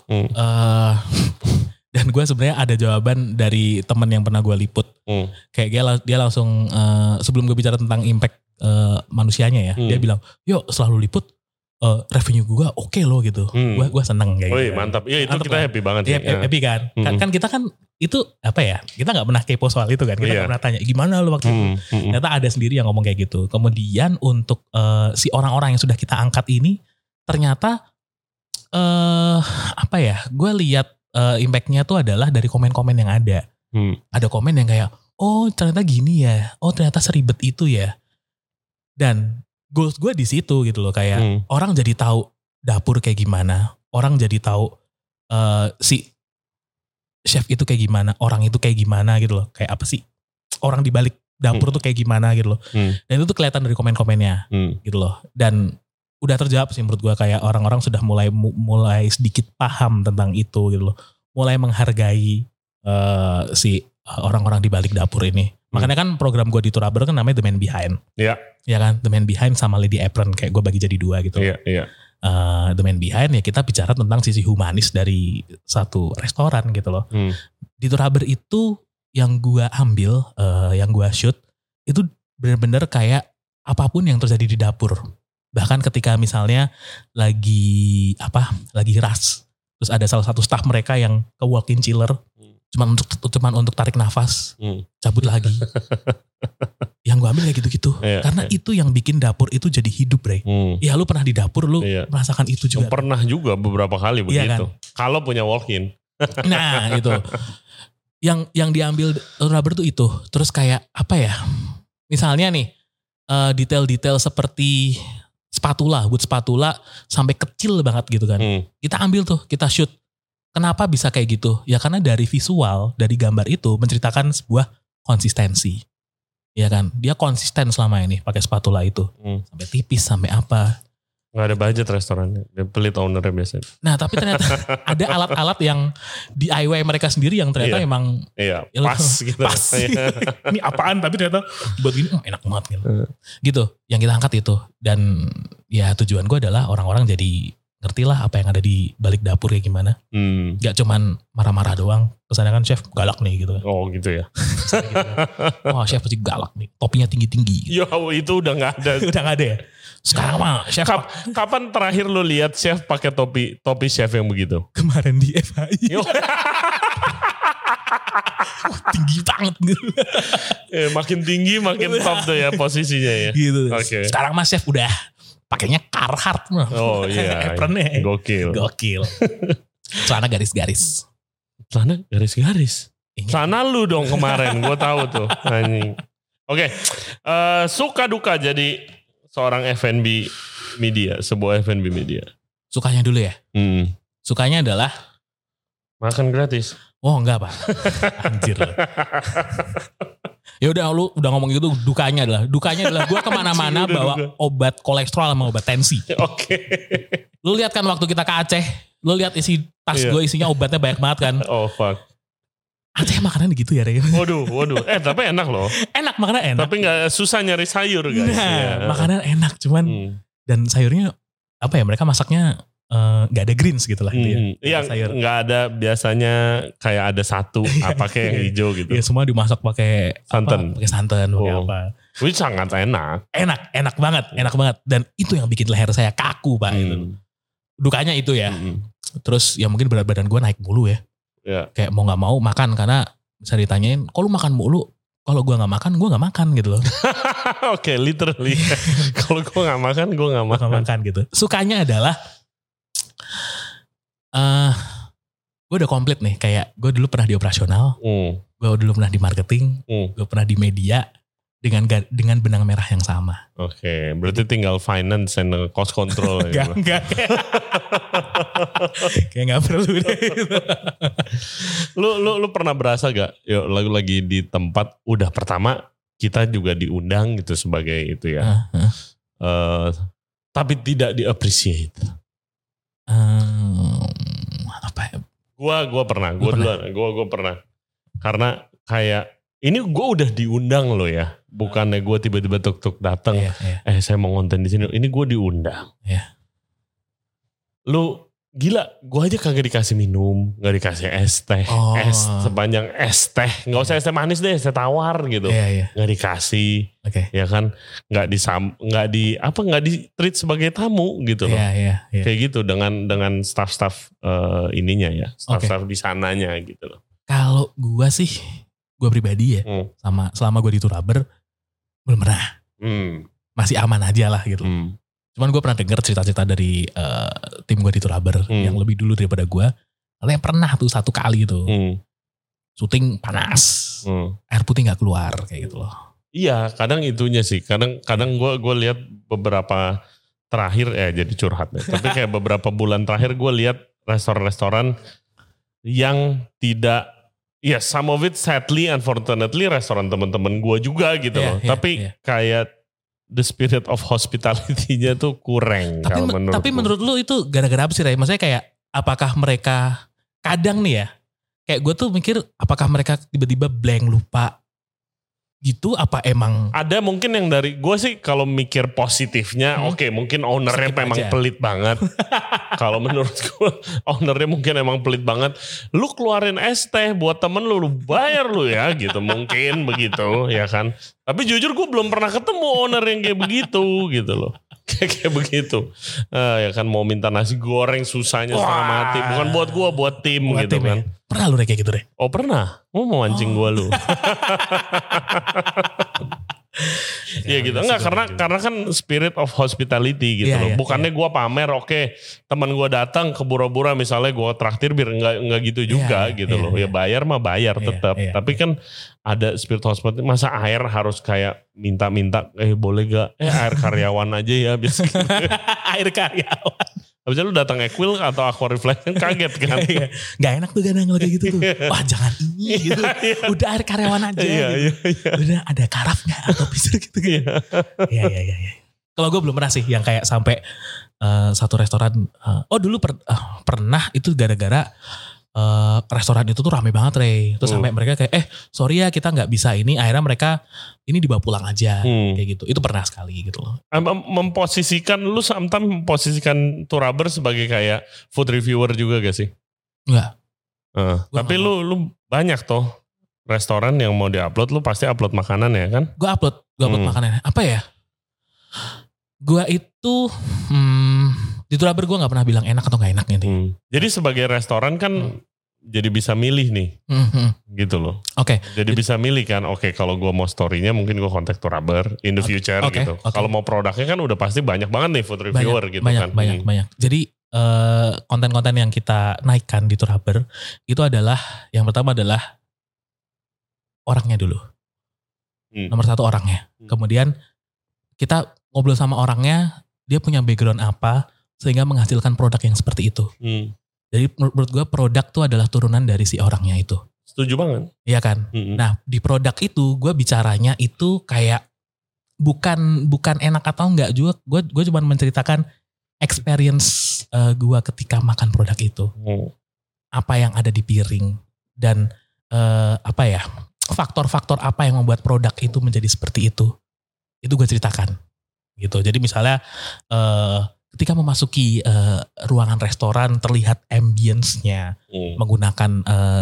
Dan gue sebenarnya ada jawaban dari teman yang pernah gue liput. Kayak dia langsung sebelum gue bicara tentang impact manusianya ya, dia bilang, yuk selalu liput, revenue gue oke loh gitu. Gue seneng kayak gitu. Mantap. Iya itu kita happy banget sih. Happy kan. Kan kita kan itu kita gak pernah kepo soal itu kan. Kita gak pernah tanya gimana lo waktu itu. Ternyata ada sendiri yang ngomong kayak gitu. Kemudian untuk si orang-orang yang sudah kita angkat ini, ternyata gue lihat impactnya tuh adalah dari komen-komen yang ada. Ada komen yang kayak, oh ternyata gini ya, oh ternyata seribet itu ya. Dan goals gue di situ gitu loh, kayak orang jadi tahu dapur kayak gimana, orang jadi tahu si chef itu kayak gimana, orang itu kayak gimana gitu loh, kayak apa sih orang di balik dapur tuh kayak gimana gitu loh. Dan itu tuh kelihatan dari komen-komennya gitu loh. Dan udah terjawab sih menurut gue, kayak orang-orang sudah mulai sedikit paham tentang itu gitu loh, mulai menghargai si orang-orang di balik dapur ini. Makanya kan program gue di Turaber kan namanya The Man Behind. Iya. Ya kan, The Man Behind sama Lady Apron, kayak gue bagi jadi dua gitu. Iya. The Man Behind ya kita bicara tentang sisi humanis dari satu restoran gitu loh. Di Turaber itu yang gue ambil, yang gue shoot itu benar-benar kayak apapun yang terjadi di dapur. Bahkan ketika misalnya lagi rush, terus ada salah satu staff mereka yang ke walk-in chiller, cuman untuk tarik nafas, cabut lagi. Yang gue ambil kayak gitu-gitu. Karena itu yang bikin dapur itu jadi hidup, Bre. Ya lu pernah di dapur, lu merasakan itu juga. Pernah juga beberapa kali begitu. Kan? Kalau punya walk-in. Nah itu. Yang diambil Turaber tuh itu. Terus kayak misalnya nih, detail-detail seperti wood spatula sampai kecil banget gitu kan. Kita ambil tuh, kita shoot. Kenapa bisa kayak gitu? Ya karena dari visual, dari gambar itu menceritakan sebuah konsistensi. Ya kan? Dia konsisten selama ini pakai spatula itu. Sampai tipis, sampai apa. Nggak ada budget restorannya, dia pelit ownernya biasanya. Nah tapi ternyata ada alat-alat yang DIY mereka sendiri yang ternyata emang pas gitu. Pas. Ini apaan tapi ternyata buat gini enak banget gitu. Gitu yang kita angkat itu. Dan ya tujuan gue adalah orang-orang jadi ngerti lah apa yang ada di balik dapur kayak gimana. Gak cuman marah-marah doang. Kesannya kan chef galak nih gitu. Oh gitu ya. Gitu. Wah chef pasti galak nih. Topinya tinggi-tinggi. Yo itu udah gak ada. Udah gak ada ya. Sekarang mah chef. Kapan terakhir lu lihat chef pakai topi chef yang begitu? Kemarin di FHI. Tinggi banget gitu. Makin tinggi makin top tuh ya posisinya ya. Gitu. Okay. Sekarang mah chef udah pakainya Carhartt. Oh iya. Apronnya. Gokil. Celana garis-garis. Celana garis-garis. Celana lu dong kemarin, gue tahu tuh. Anjing. Oke. Suka duka jadi seorang F&B media, sebuah F&B media. Sukanya dulu ya? Sukanya adalah makan gratis. Oh enggak Pak. Anjir. Ya udah lu udah ngomong gitu, dukanya adalah gue kemana-mana bawa obat kolesterol sama obat tensi. Oke. Lu lihat kan waktu kita ke Aceh, lu lihat isi tas gue isinya obatnya banyak banget kan. Oh fuck. Aceh makanan gitu ya Rey. Waduh. Tapi enak loh. Enak, makanan enak. Tapi gak susah nyari sayur guys. Nah, makanan enak cuman dan sayurnya apa ya, mereka masaknya gak ada greens gitu lah. Yang gak ada biasanya kayak ada satu apa kayak yang hijau gitu. Ya semua dimasak pakai santan. Pakai santan, pakai apa. Which sangat enak. Enak banget. Dan itu yang bikin leher saya kaku Pak. Gitu. Dukanya itu ya. Terus ya mungkin berat badan gue naik mulu ya. Kayak mau gak mau makan karena bisa ditanyain, kok lu makan mulu? Kalau gue gak makan, gue gak makan gitu loh. Oke, literally. Kalau gue gak makan, gue gak makan gitu. Sukanya adalah, gue udah komplit nih. Kayak gue dulu pernah di operasional, gue dulu pernah di marketing, gue pernah di media. Dengan benang merah yang sama. Oke, berarti tinggal finance and cost control. Enggak. Kayak gak perlu deh. Lu pernah berasa gak? Yuk, lagi di tempat udah pertama kita juga diundang gitu sebagai itu ya. Tapi tidak di-appreciate. Apa ya? Gue pernah. Karena kayak ini gue udah diundang loh ya. Bukannya gue tiba-tiba tuk-tuk datang. Saya mau ngonten di sini. Ini gue diundang. Lu gila, gue aja kagak dikasih minum, gak dikasih es teh, sepanjang es teh, nggak usah es teh manis deh, es teh tawar gitu, nggak dikasih, ya kan, nggak di treat sebagai tamu gitu loh, kayak gitu dengan staff ininya ya, staff di sananya gitu loh. Kalau gue sih, gue pribadi ya, selama gue di Turaber, belum pernah, masih aman aja lah gitu. Cuman gue pernah denger cerita-cerita dari tim gue di Turaber yang lebih dulu daripada gue. Katanya pernah tuh satu kali tuh. Syuting panas. Air putih gak keluar kayak gitu loh. Iya kadang itunya sih. Kadang gue lihat beberapa terakhir jadi curhat ya. Tapi kayak beberapa bulan terakhir gue lihat restoran-restoran yang tidak. Ya some of it sadly unfortunately restoran teman-teman gue juga gitu loh. Tapi kayak the spirit of hospitality-nya tuh kurang. Tapi menurut lu itu gara-gara apa sih Ray? Maksudnya kayak apakah mereka kadang nih ya, kayak gue tuh mikir apakah mereka tiba-tiba blank lupa gitu, apa emang ada mungkin yang dari gue sih kalau mikir positifnya mungkin ownernya memang pelit banget. Kalau menurut gue ownernya mungkin emang pelit banget. Lu keluarin es teh buat temen lu bayar lu ya gitu, mungkin begitu ya kan. Tapi jujur gue belum pernah ketemu owner yang kayak begitu gitu loh. Kayak begitu. Ya kan mau minta nasi goreng susahnya setengah mati. Bukan buat gue, buat tim gitu kan. Pernah lu kayak gitu deh? Oh pernah. Mau mancing gue lu. Iya gitu. Enggak karena kan spirit of hospitality gitu loh. Bukannya gue pamer teman gue datang ke Bura-Bura misalnya gue traktir biar enggak gitu juga gitu loh. Ya bayar mah bayar tetap. Tapi kan ada spirit hospitality. Masa air harus kayak minta-minta boleh gak air karyawan aja ya biasa gitu. Air karyawan. Habisnya lu datang Equil atau Aquareflex kan kaget kan. Gak enak tuh kadang kayak gitu tuh. Wah jangan ini gitu. Udah air karyawan aja gitu. Udah ada karafnya atau pisir gitu. Iya. Kalau gue belum pernah sih yang kayak sampai satu restoran. Dulu pernah itu gara-gara restoran itu tuh rame banget Ray. Terus sampai mereka kayak sorry ya kita nggak bisa ini. Akhirnya mereka ini dibawa pulang aja kayak gitu. Itu pernah sekali gitu loh. Lu sometimes memposisikan Turaber sebagai kayak food reviewer juga gak sih? Enggak. Tapi lu banyak toh restoran yang mau diupload, lu pasti upload makanan ya kan? Gue upload makanan. Apa ya? Gue itu di Turaber gue gak pernah bilang enak atau gak enak gitu. Jadi sebagai restoran kan jadi bisa milih nih. Gitu loh. Oke. Jadi bisa milih kan, kalau gue mau story-nya mungkin gue kontak Turaber in the future gitu. Kalau mau produknya kan udah pasti banyak banget nih food reviewer gitu kan. Banyak. Jadi konten-konten yang kita naikkan di Turaber itu adalah, yang pertama adalah orangnya dulu. Nomor satu orangnya. Kemudian kita ngobrol sama orangnya, dia punya background apa sehingga menghasilkan produk yang seperti itu. Jadi menurut gue produk tuh adalah turunan dari si orangnya itu. Setuju banget. Iya kan? Nah di produk itu gue bicaranya itu kayak bukan enak atau enggak juga. Gue cuma menceritakan experience gue ketika makan produk itu. Apa yang ada di piring. Dan faktor-faktor apa yang membuat produk itu menjadi seperti itu. Itu gue ceritakan. Gitu. Jadi misalnya ketika memasuki ruangan restoran terlihat ambience-nya menggunakan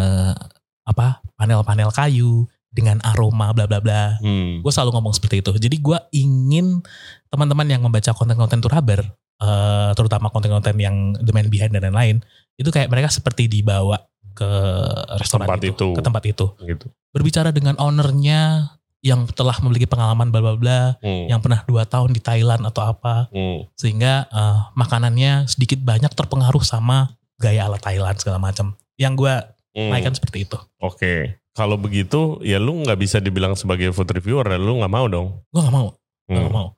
panel-panel kayu dengan aroma bla bla bla. Gue selalu ngomong seperti itu. Jadi gue ingin teman-teman yang membaca konten-konten Turaber, terutama konten-konten yang the man behind dan lain-lain, itu kayak mereka seperti dibawa ke restoran ke tempat itu. Gitu. Berbicara dengan ownernya yang telah memiliki pengalaman bla bla bla, yang pernah 2 tahun di Thailand atau apa, sehingga makanannya sedikit banyak terpengaruh sama gaya ala Thailand segala macam. Yang gue naikkan seperti itu. Oke, kalau begitu ya lu nggak bisa dibilang sebagai food reviewer, lu nggak mau dong? Gue nggak mau, nggak mau.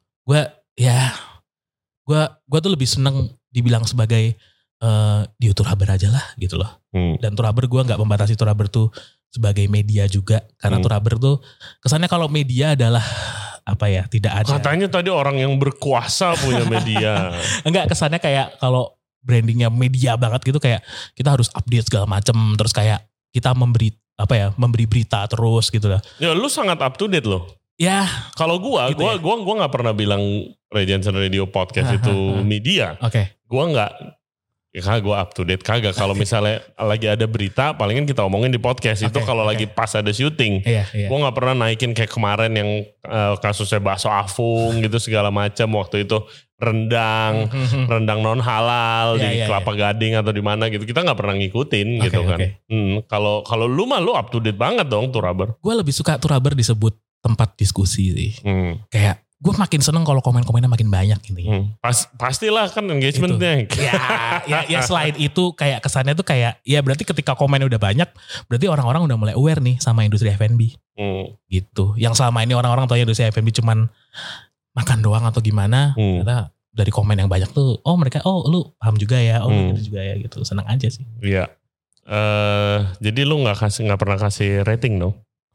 Gue tuh lebih seneng dibilang sebagai di Turaber aja lah gitu loh. Dan Turaber gue nggak membatasi Turaber tuh sebagai media juga, karena Turaber tuh kesannya kalau media adalah tidak ada. Katanya tadi orang yang berkuasa punya media. Enggak, kesannya kayak kalau brandingnya media banget gitu, kayak kita harus update segala macem, terus kayak kita memberi berita terus gitu lah. Ya lu sangat up to date loh. Ya. Kalau gua nggak pernah bilang Ray Jensen Radio Podcast itu media. Oke. Gua nggak. Ya kagak gue up to date kagak. Kalau misalnya lagi ada berita, palingan kita omongin di podcast. Itu kalau lagi pas ada syuting. Gue gak pernah naikin kayak kemarin yang kasusnya bakso Afung gitu segala macam. Waktu itu rendang non halal di Kelapa Gading atau di mana gitu. Kita gak pernah ngikutin gitu kan. Kalau lu mah lu up to date banget dong Turaber. Gue lebih suka Turaber disebut tempat diskusi sih. Kayak gue makin seneng kalau komen-komennya makin banyak intinya. Pastilah kan engagementnya. Ya selain itu kayak kesannya tuh kayak ya berarti ketika komennya udah banyak berarti orang-orang udah mulai aware nih sama industri F&B. Gitu. Yang selama ini orang-orang tahu industri F&B cuman makan doang atau gimana. Ternyata dari komen yang banyak tuh mereka lu paham juga ya, lu gitu juga ya gitu. Senang aja sih. Iya. Jadi lu nggak pernah kasih rating dong?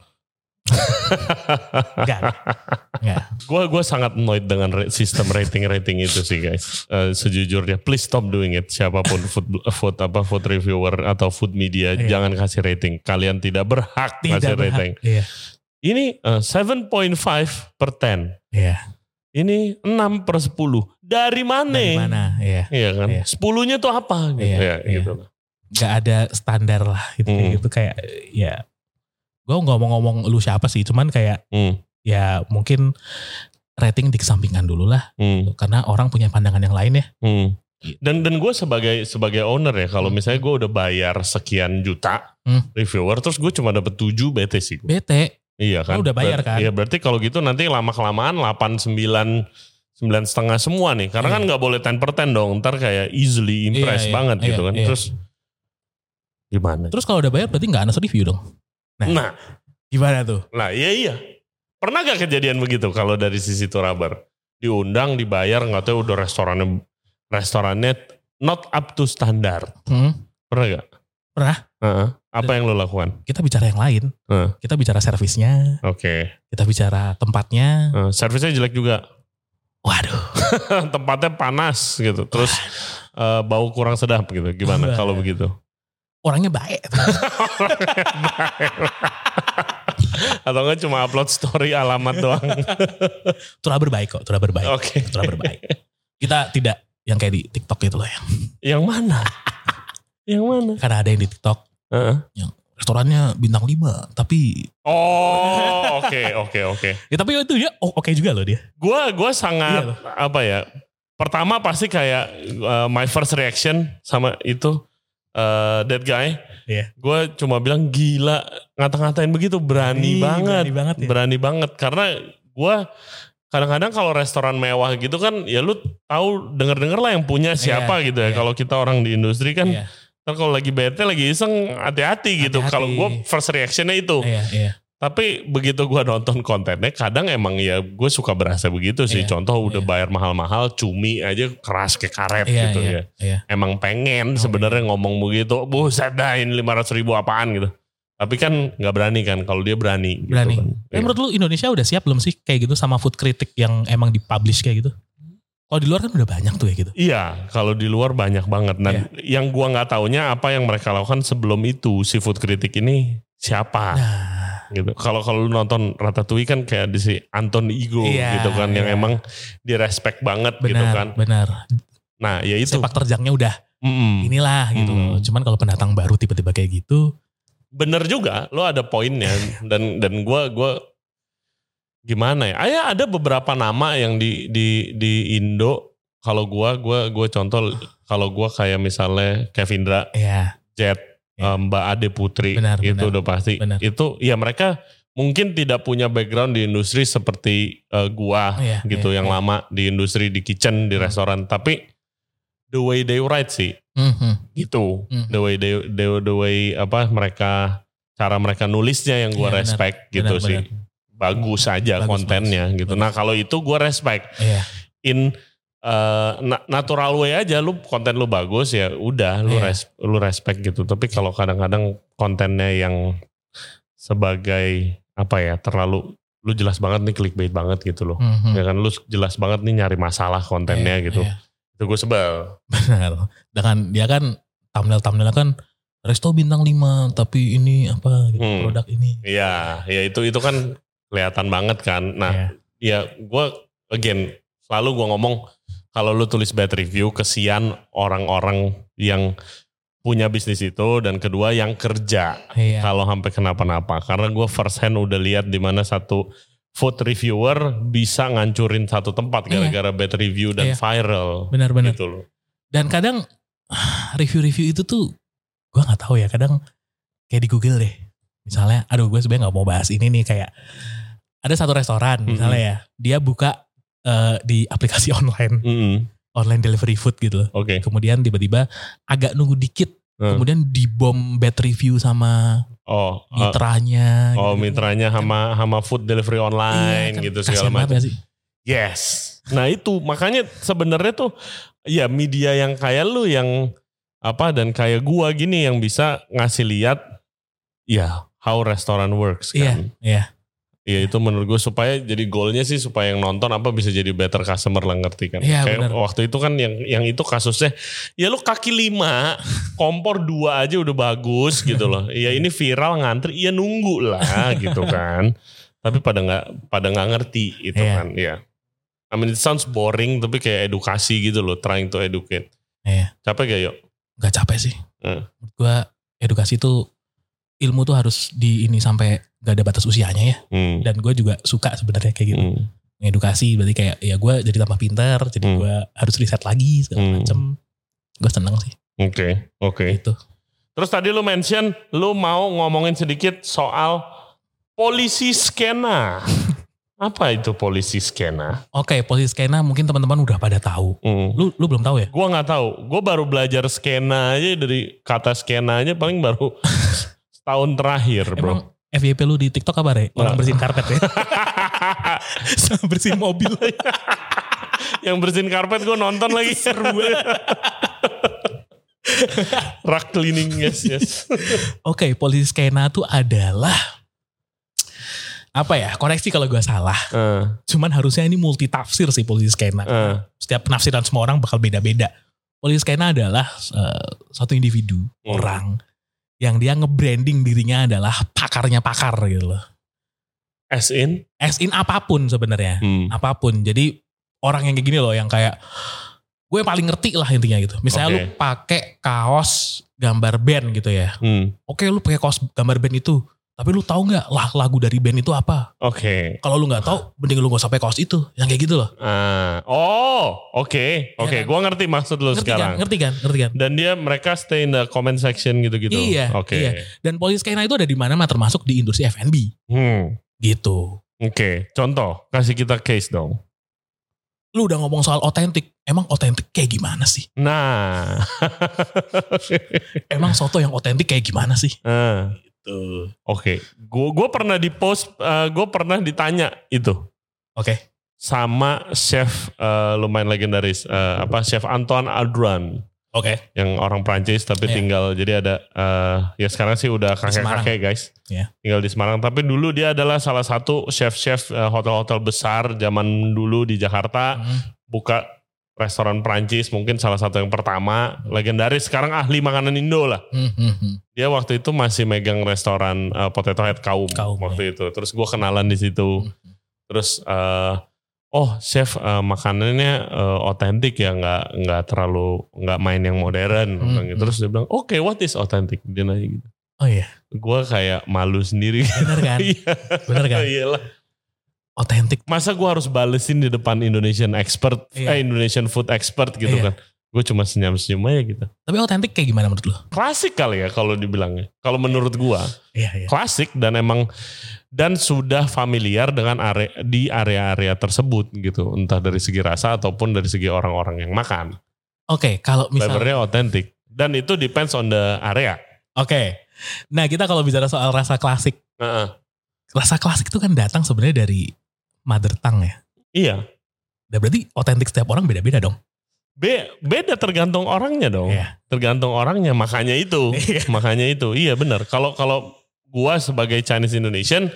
Enggak. Gue sangat annoyed dengan sistem rating itu sih guys. Sejujurnya please stop doing it. Siapapun food reviewer atau food media jangan kasih rating. Kalian tidak berhak kasih rating. Iya. Ini 7.5 per 10. Iya. Ini 6/10. Dari mana? Iya kan. 10-nya tuh apa? Gitu. Gak ada standar lah gitu. Gitu kayak ya. Gue gak mau ngomong lu siapa sih, cuman kayak ya mungkin rating dikesampingkan dulu lah. Karena orang punya pandangan yang lain ya. Dan gue sebagai owner ya, kalau misalnya gue udah bayar sekian juta reviewer, terus gue cuma dapet 7, bete sih. Bete? Iya kan. Udah bayar kan? Iya berarti kalau gitu nanti lama-kelamaan 8, 9,5 semua nih. Karena kan gak boleh 10% dong, ntar kayak easily impress banget gitu kan. Terus gimana? Terus kalau udah bayar berarti gak honest review dong? Nah, gimana tuh? Nah, iya. Pernah gak kejadian begitu kalau dari sisi Turaber? Diundang, dibayar, nggak tahu udah restorannya not up to standar. Pernah gak? Pernah. Apa yang lo lakukan? Kita bicara yang lain. Kita bicara servisnya. Oke. Kita bicara tempatnya. Servisnya jelek juga? Waduh. Tempatnya panas gitu. Terus bau kurang sedap gitu. Gimana kalau begitu? Orangnya baik. Atau enggak cuma upload story alamat doang? Itulah berbaik kok, itulah berbaik. Oke. Itulah berbaik. Kita tidak yang kayak di TikTok itu loh yang. Yang mana? Yang mana? Karena ada yang di TikTok. Yang restorannya bintang 5 tapi oke. Ya tapi itu ya oke juga loh dia. Gua sangat apa ya? Pertama pasti kayak my first reaction sama itu that guy. Iya. Gue cuma bilang gila ngata-ngatain begitu berani banget karena gue kadang-kadang kalau restoran mewah gitu kan ya lu tahu denger lah yang punya siapa gitu ya. Kalau kita orang di industri kan kalau lagi bete lagi iseng hati-hati gitu. Kalau gue first reactionnya itu. Tapi begitu gue nonton kontennya kadang emang ya gue suka berasa begitu sih. Contoh udah bayar mahal-mahal cumi aja keras kayak karet gitu ya. Emang pengen sebenarnya ngomong begitu. Buset dah ini 500.000 apaan gitu. Tapi kan gak berani kan. Kalau dia berani. Gitu kan. Menurut lu Indonesia udah siap belum sih kayak gitu sama food critic yang emang dipublish kayak gitu? Kalau di luar kan udah banyak tuh ya gitu. Iya, kalau di luar banyak banget. Dan yang gua nggak taunya apa yang mereka lakukan sebelum itu si food critic ini siapa? Gitu. Kalau lu nonton Ratatouille kan kayak di si Anton Ego gitu kan, yang emang direspek banget gitu kan. Benar. Nah, ya itu. Sepak terjangnya udah inilah gitu loh. Cuman kalau pendatang baru tiba-tiba kayak gitu. Bener juga, lo ada poinnya dan gua gimana ya? Ada beberapa nama yang di Indo. Kalau gue contoh, kalau gue kayak misalnya Kevindra, Jet, Mbak Ade Putri, itu udah pasti. Itu ya mereka mungkin tidak punya background di industri seperti gua gitu, yang lama di industri di kitchen di restoran. Tapi the way they write sih, gitu. The way apa cara mereka nulisnya yang gue respect gitu sih. Bagus aja kontennya gitu. Nah kalau itu gue respect. In natural way aja, lu konten lu bagus ya udah lu respect gitu. Tapi kalau kadang-kadang kontennya yang sebagai apa ya terlalu lu jelas banget nih clickbait banget gitu loh. Ya kan lu jelas banget nih nyari masalah kontennya gitu. Itu gue sebel. Benar. Dengan dia kan thumbnail kan resto bintang 5 tapi ini apa gitu, produk ini. Iya, ya itu kan kelihatan banget kan. Nah, ya gue again selalu gue ngomong kalau lu tulis bad review kesian orang-orang yang punya bisnis itu dan kedua yang kerja kalau sampai kenapa-napa. Karena gue first hand udah lihat di mana satu food reviewer bisa ngancurin satu tempat gara-gara bad review dan viral. Benar-benar. Gitu loh. Dan kadang review-review itu tuh gue nggak tahu ya, kadang kayak di Google deh. Misalnya, aduh gue sebenarnya nggak mau bahas ini nih, kayak ada satu restoran misalnya ya, dia buka di aplikasi online, online delivery food gitu. Kemudian tiba-tiba agak nunggu dikit, kemudian dibom bad review sama mitranya. Mitranya sama food delivery online gitu segala macam. Yes. Nah itu makanya sebenarnya tuh ya media yang kayak lu yang apa dan kayak gua gini yang bisa ngasih lihat ya how restoran works kan. Ya itu menurut gue supaya jadi goalnya sih supaya yang nonton apa bisa jadi better customer lah, ngerti kan. Kayak bener. Waktu itu kan yang itu kasusnya ya lu kaki 5 kompor 2 aja udah bagus gitu loh. Ya ini viral ngantri ya nunggu lah gitu kan. Tapi pada nggak ngerti itu kan ya. I mean it sounds boring tapi kayak edukasi gitu loh, trying to educate. Capek gak yuk? Gak capek sih. Menurut gue edukasi tuh ilmu tuh harus di ini sampai gak ada batas usianya ya. Dan gue juga suka sebenarnya kayak gitu. Edukasi berarti kayak ya gue jadi tambah pintar, jadi gue harus riset lagi segala macem. Gue seneng sih. Oke. Gitu. Terus tadi lu mention lu mau ngomongin sedikit soal polisi skena. Apa itu polisi skena? Oke, polisi skena mungkin teman-teman udah pada tahu. Lu belum tahu ya? Gue nggak tahu. Gue baru belajar skena aja, dari kata skena aja paling baru setahun terakhir, bro. Emang FYP lu di TikTok apa, Re? Orang bersihin karpet ya? Sama bersihin mobil. Yang bersihin karpet gue nonton lagi. Seru banget. Rak cleaning, yes. Oke, polisi skena tuh adalah apa ya, koreksi kalau gue salah. Cuman harusnya ini multi tafsir sih polisi skena. Setiap penafsiran semua orang bakal beda-beda. Polisi skena adalah suatu individu, orang yang dia nge-branding dirinya adalah pakarnya pakar gitu loh. As in apapun sebenarnya. Apapun. Jadi orang yang kayak gini loh, yang kayak gue paling ngerti lah intinya gitu. Misalnya lu pakai kaos gambar band gitu ya. Oke, lu pakai kaos gambar band itu. Tapi lu tahu nggak lah lagu dari band itu apa? Kalau lu nggak tahu, mending lu nggak usah pakai kaos itu, yang kayak gitu loh. Oke. Kan? Gue ngerti maksud lu sekarang. Ngerti kan? Dan mereka stay in the comment section gitu-gitu. Iya. Dan polisi skena itu ada di mana-mana, termasuk di industri F&B. Gitu. Contoh, kasih kita case dong. Lu udah ngomong soal otentik, emang otentik kayak gimana sih? Nah, emang soto yang otentik kayak gimana sih? Gue pernah di post, gue pernah ditanya itu. Sama chef lumayan legendaris, chef Antoine Aldran. Yang orang Prancis tapi tinggal, jadi ada ya sekarang sih udah kakek-kakek guys. Tinggal di Semarang. Tapi dulu dia adalah salah satu chef hotel-hotel besar zaman dulu di Jakarta. Buka restoran Prancis, mungkin salah satu yang pertama, legendaris, sekarang ahli makanan Indo lah. Dia waktu itu masih megang restoran Potato Head Kaum waktu itu. Terus gue kenalan di situ. Terus chef, makanannya otentik ya, nggak terlalu, nggak main yang modern. Terus dia bilang, what is authentic? Dia nanya gitu. Gue kayak malu sendiri. Bener kan? Iyalah. Otentik. Masa gue harus balesin di depan Indonesian expert, Indonesian food expert gitu kan. Gue cuma senyum-senyum aja gitu. Tapi otentik kayak gimana menurut lo? Klasik kali ya kalau dibilangnya. Kalau menurut gue, klasik dan sudah familiar dengan di area-area tersebut gitu. Entah dari segi rasa ataupun dari segi orang-orang yang makan. Kalau misalnya. Flavornya otentik. Dan itu depends on the area. Nah kita kalau bicara soal rasa klasik. Rasa klasik itu kan datang sebenarnya dari mother tongue ya. Iya. Dan berarti otentik setiap orang beda-beda dong. Beda tergantung orangnya dong. Tergantung orangnya, makanya itu. Iya benar. Kalau gua sebagai Chinese Indonesian,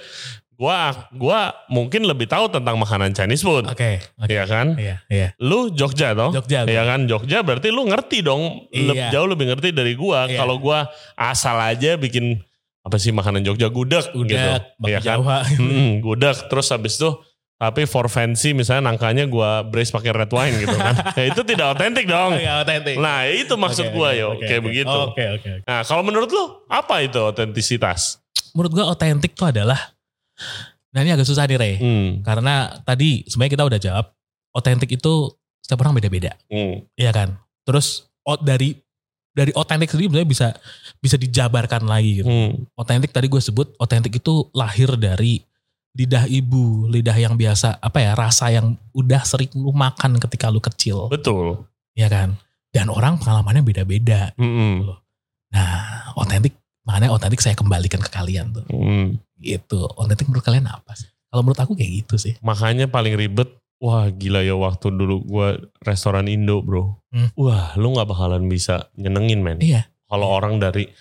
gua mungkin lebih tahu tentang makanan Chinese food. Iya kan? Iya. Lu Jogja toh? Iya kan? Jogja berarti lu ngerti dong. Jauh lebih ngerti dari gua. Kalau gua asal aja bikin apa sih makanan Jogja, gudeg gitu. Iya kan? Jawa. Gudeg, terus habis itu tapi for fancy misalnya nangkanya gue braise pakai red wine gitu kan. Ya itu tidak otentik dong. Otentik. Nah itu maksud gue kayak begitu. Nah kalau menurut lu apa itu otentisitas? Menurut gue otentik itu adalah, nah ini agak susah nih Ray. Karena tadi sebenarnya kita udah jawab, otentik itu setiap orang beda-beda. Iya kan? Terus dari otentik sendiri sebenarnya bisa dijabarkan lagi gitu. Otentik tadi gue sebut, otentik itu lahir dari lidah ibu, lidah yang biasa, rasa yang udah sering lu makan ketika lu kecil. Betul. Iya kan? Dan orang pengalamannya beda-beda. Nah, makanya otentik saya kembalikan ke kalian tuh. Gitu. Otentik menurut kalian apa sih? Kalau menurut aku kayak gitu sih. Makanya paling ribet, wah gila ya waktu dulu gue restoran Indo bro. Wah lu gak bakalan bisa nyenengin men. Iya. Kalau orang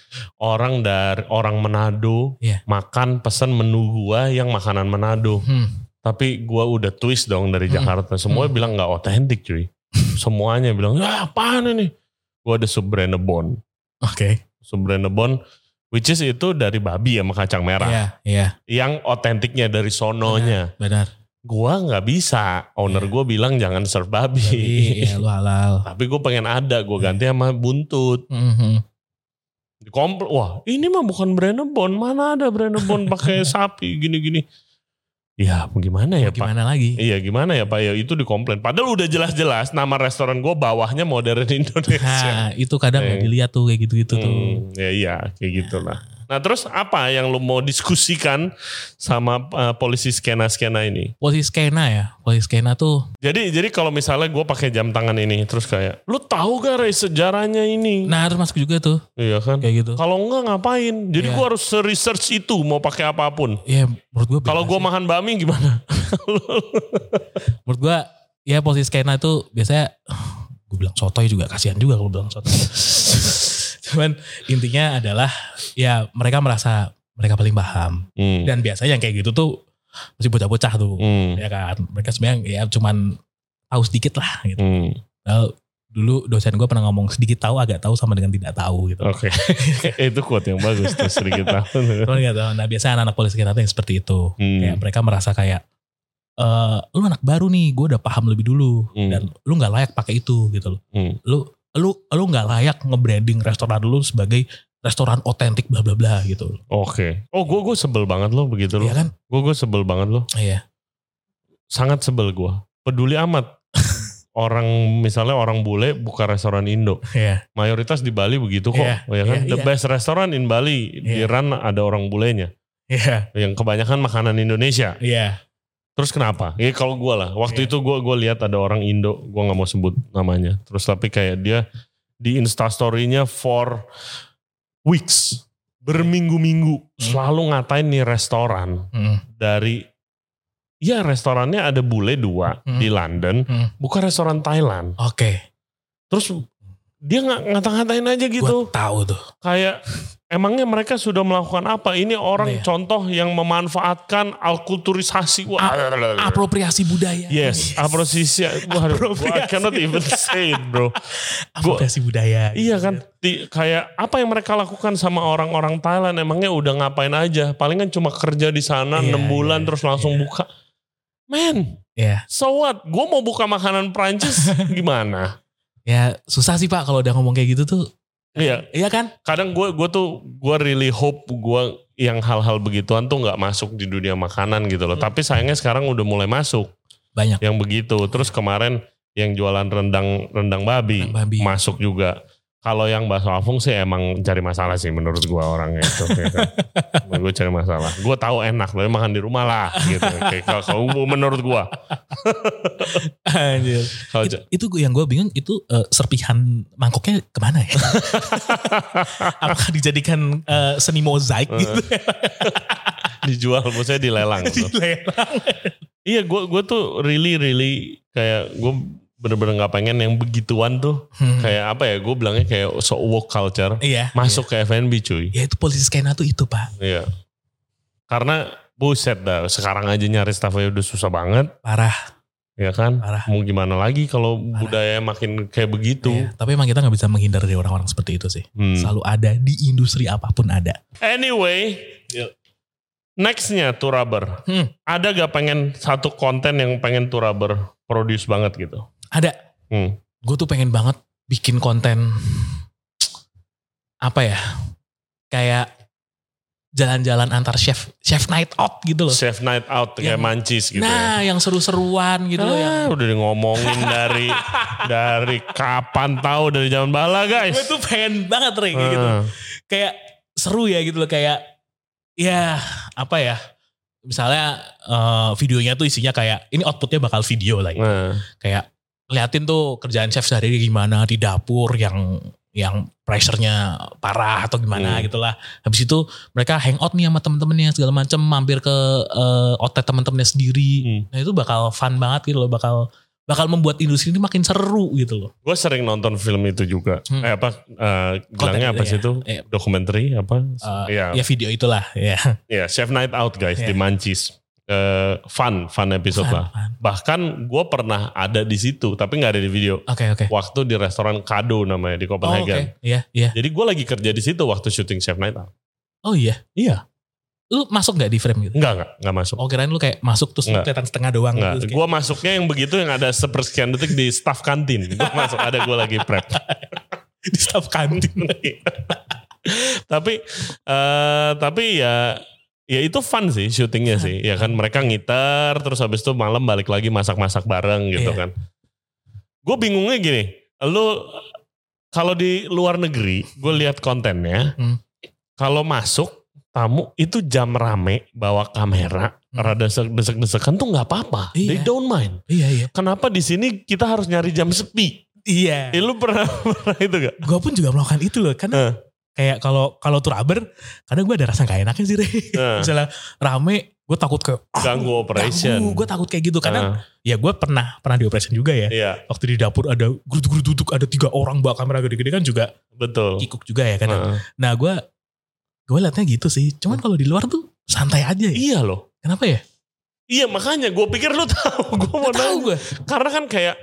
Manado makan pesen menu gua yang makanan Manado. Tapi gua udah twist dong dari Jakarta. Semua bilang gak otentik cuy. Semuanya bilang, apaan ini? Gua ada sub Brennebon. Sub Brennebon, which is itu dari babi sama kacang merah. Iya. Yang otentiknya dari sononya. Benar. Gua gak bisa. Owner gua bilang jangan serve babi. Iya lu halal. Tapi gua pengen ada. Gua ganti sama buntut. Wah ini mah bukan Brennebon, mana ada Brennebon pakai sapi gini-gini. Ya gimana ya Pak? Gimana lagi? Iya gimana ya Pak, ya itu dikomplain. Padahal udah jelas-jelas nama restoran gue bawahnya modern Indonesia. Nah itu kadang gak dilihat tuh kayak gitu-gitu tuh. Iya kayak gitulah. Nah terus apa yang lu mau diskusikan sama polisi skena-skena ini? Polisi skena tuh. Jadi kalau misalnya gue pakai jam tangan ini terus kayak, lu tahu gak Ray sejarahnya ini? Nah terus masuk juga tuh. Iya kan? Kayak gitu. Kalau enggak ngapain? Jadi gue harus research itu mau pakai apapun. Iya menurut gue. Kalau gue makan bami gimana? Menurut gue ya polisi skena itu biasanya, gue bilang sotoy juga kasihan juga kalau bilang sotoy. Cuman intinya adalah ya mereka merasa mereka paling paham. Dan biasanya yang kayak gitu tuh masih bocah-bocah tuh, ya kan. Mereka sebenarnya ya cuman tahu sedikit lah gitu. Nah, dulu dosen gue pernah ngomong sedikit tahu agak tahu sama dengan tidak tahu gitu. Oke. Itu quote yang bagus tuh, sedikit tahu. Nah biasanya anak-anak polisi kita tuh yang seperti itu. Kayak mereka merasa kayak lu anak baru nih, gue udah paham lebih dulu dan lu nggak layak pakai itu gitu loh. Lu nggak layak nge-branding restoran lu sebagai restoran otentik bla bla bla gitu. Oke. Oh gue sebel banget loh begitu loh. Iya kan? Gue sebel banget loh. Iya. Sangat sebel gue. Peduli amat. Misalnya orang bule buka restoran Indo. Iya. Mayoritas di Bali begitu kok. Iya. Ya kan? Iya. The best restaurant in Bali. Di run ada orang bulenya. Iya. Yang kebanyakan makanan Indonesia. Iya. Terus kenapa? Ya kalau gue lah. Waktu itu gue lihat ada orang Indo. Gue gak mau sebut namanya. Terus tapi kayak dia di Instastory-nya for weeks. Berminggu-minggu. Selalu ngatain nih restoran. Dari... Ya restorannya ada bule 2 di London, bukan restoran Thailand. Oke. Terus dia ngata-ngatain aja gitu. Gue tahu tuh. Kayak emangnya mereka sudah melakukan apa? Ini orang contoh yang memanfaatkan alkulturisasi. Apropriasi budaya. Yes. Apropriasi. I cannot even say it bro. Apropriasi budaya. Iya kan. Kayak apa yang mereka lakukan sama orang-orang Thailand emangnya udah ngapain aja. Palingan cuma kerja di sana 6 bulan terus langsung buka. Man, so what? Gue mau buka makanan Prancis gimana? Ya susah sih Pak kalau udah ngomong kayak gitu tuh. Iya, iya kan? Kadang gue really hope gue yang hal-hal begituan tuh nggak masuk di dunia makanan gitu loh. Tapi sayangnya sekarang udah mulai masuk. Banyak. Yang begitu. Terus kemarin yang jualan rendang babi masuk juga. Kalau yang bakso Afung sih emang cari masalah sih menurut gue orangnya itu. Gue cari masalah. Gue tahu enak, tapi makan di rumah lah gitu. Kalau menurut gue. Anjir. Itu yang gue bingung itu serpihan mangkoknya kemana ya? Apakah dijadikan seni mozaik gitu? Dijual, maksudnya dilelang. Dilelang. Iya, gue tuh really kayak gue bener-bener gak pengen yang begituan tuh. Kayak apa ya, gue bilangnya kayak so woke culture. Masuk ke F&B cuy. Ya itu polisi skena tuh itu Pak. Iya. Karena buset dah, sekarang aja nyari staffnya udah susah banget. Parah. Ya kan? Parah. Mau gimana lagi kalau budaya makin kayak begitu. Iya, tapi emang kita gak bisa menghindar dari orang-orang seperti itu sih. Selalu ada di industri apapun ada. Anyway. Nextnya Turaber. Ada gak pengen satu konten yang pengen Turaber produce banget gitu? Ada. Gue tuh pengen banget bikin konten apa ya? Kayak jalan-jalan antar chef night out gitu loh. Chef night out kayak mancis gitu. Nah, yang seru-seruan gitu loh. Udah ngomongin dari kapan tahu dari zaman bala guys. Gue tuh pengen banget kayak gitu. Kayak seru ya gitu loh, kayak ya apa ya? Misalnya videonya tuh isinya kayak ini outputnya bakal video lah gitu. Kayak liatin tuh kerjaan chef sehari gimana di dapur yang pressure-nya parah atau gimana gitulah. Habis itu mereka hangout nih sama temen-temennya segala macem, mampir ke outlet temen-temennya sendiri. Nah itu bakal fun banget gitu loh, bakal membuat industri ini makin seru gitu loh. Gue sering nonton film itu juga. Bilangnya apa sih itu? Dokumenter apa? Ya video itulah. Ya Chef Night Out guys di Mancis. Fun episode lah. Bahkan gue pernah ada di situ tapi nggak ada di video. Oke. Waktu di restoran Kado namanya di Copenhagen. Iya. Jadi gue lagi kerja di situ waktu syuting Chef Night Out. Oh iya. Iya. Lu masuk gak di frame gitu? Enggak masuk. Oh kirain lu kayak masuk terus kelihatan setengah doang. Enggak, gue masuknya yang begitu yang ada sepersekian detik di staff kantin. Gue masuk, ada gue lagi prep. Di staff kantin. Tapi ya itu fun sih syutingnya sih. Ya kan mereka ngiter terus habis itu malam balik lagi masak-masak bareng gitu kan. Gue bingungnya gini, lu kalau di luar negeri gue lihat kontennya, kalau masuk tamu itu jam rame bawa kamera, rada desek-desekan tuh nggak apa-apa. They don't mind. Iya. Kenapa di sini kita harus nyari jam sepi? Iya. Lu pernah itu gak? Gue pun juga melakukan itu loh, karena kayak kalau Turaber, kadang gue ada rasa gak enaknya sih. Misalnya rame, gue takut ganggu operation. Gue takut kayak gitu, karena ya gue pernah di operation juga ya. Iya. Waktu di dapur ada guru duduk, ada 3 orang bawa kamera gede-gede kan juga. Betul. Kikuk juga ya kadang. Nah gue liatnya gitu sih. Cuman kalau di luar tuh santai aja ya. Iya loh. Kenapa ya? Iya makanya gue pikir lu tahu. Gue mau nanya. Karena kan kayak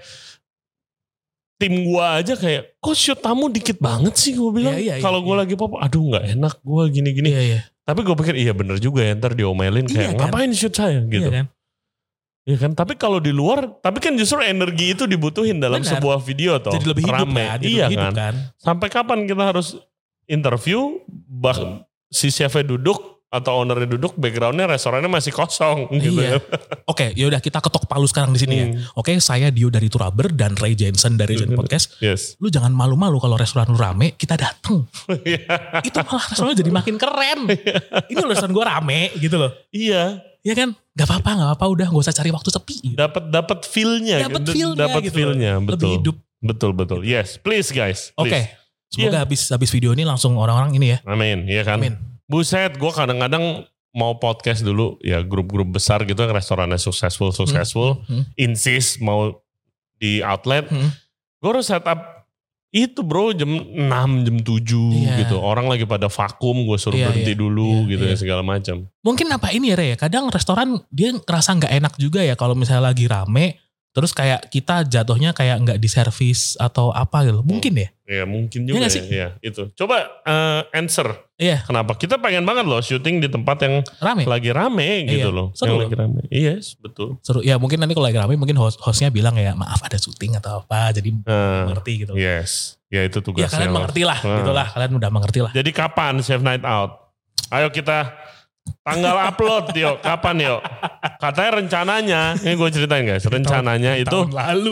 tim gue aja kayak, kok shoot tamu dikit banget sih gue bilang. Kalau gue lagi pop, aduh nggak enak gue gini-gini. Tapi gue pikir iya bener juga ya, ntar diomelin kayak ngapain shoot saya gitu. Iya kan, tapi kalau di luar, tapi kan justru energi itu dibutuhin dalam sebuah video toh. Jadi lebih hidup kan. Iya kan. Sampai kapan kita harus interview, si chefnya duduk atau ownernya duduk, backgroundnya restorannya masih kosong gitu. Oke, yaudah kita ketok palu sekarang di sini ya. Oke, saya Dio dari Turaber dan Ray Jensen dari Jen Podcast. Lu jangan malu-malu kalau restoran lu rame, kita dateng. Itu malah restoran jadi makin keren. Ini restoran gue rame gitu loh. Iya kan? Gak apa-apa, udah gak usah cari waktu sepi. Dapat feel-nya. Dapat feel-nya, betul. Lebih hidup. Betul. Yes, please guys. Oke. Semoga habis video ini langsung orang-orang ini ya. Amin, iya kan. Amin. Buset, gue kadang-kadang mau podcast dulu ya grup-grup besar gitu yang restorannya successful, insist mau di outlet. Gue harus setup itu bro jam 6, jam 7 gitu. Orang lagi pada vakum, gue suruh berhenti dulu gitu ya segala macam. Mungkin apa ini ya Re, kadang restoran dia ngerasa gak enak juga ya kalau misalnya lagi rame. Terus kayak kita jatuhnya kayak nggak diservis atau apa gitu. Mungkin ya? Iya mungkin juga ya. Itu. Coba answer. Iya. Kenapa? Kita pengen banget loh syuting di tempat yang lagi rame gitu loh. Seru yang lagi rame. Yes, betul. Seru. Ya mungkin nanti kalau lagi rame mungkin hostnya bilang ya maaf ada syuting atau apa. Jadi mengerti gitu. Yes. Ya itu tugasnya. Ya kalian mengerti lah. Gitulah. Kalian udah mengerti lah. Jadi kapan Chef Night Out? Ayo kita tanggal upload yuk. Kapan yuk? Katanya rencananya, ini gue ceritain guys, rencananya tahun lalu.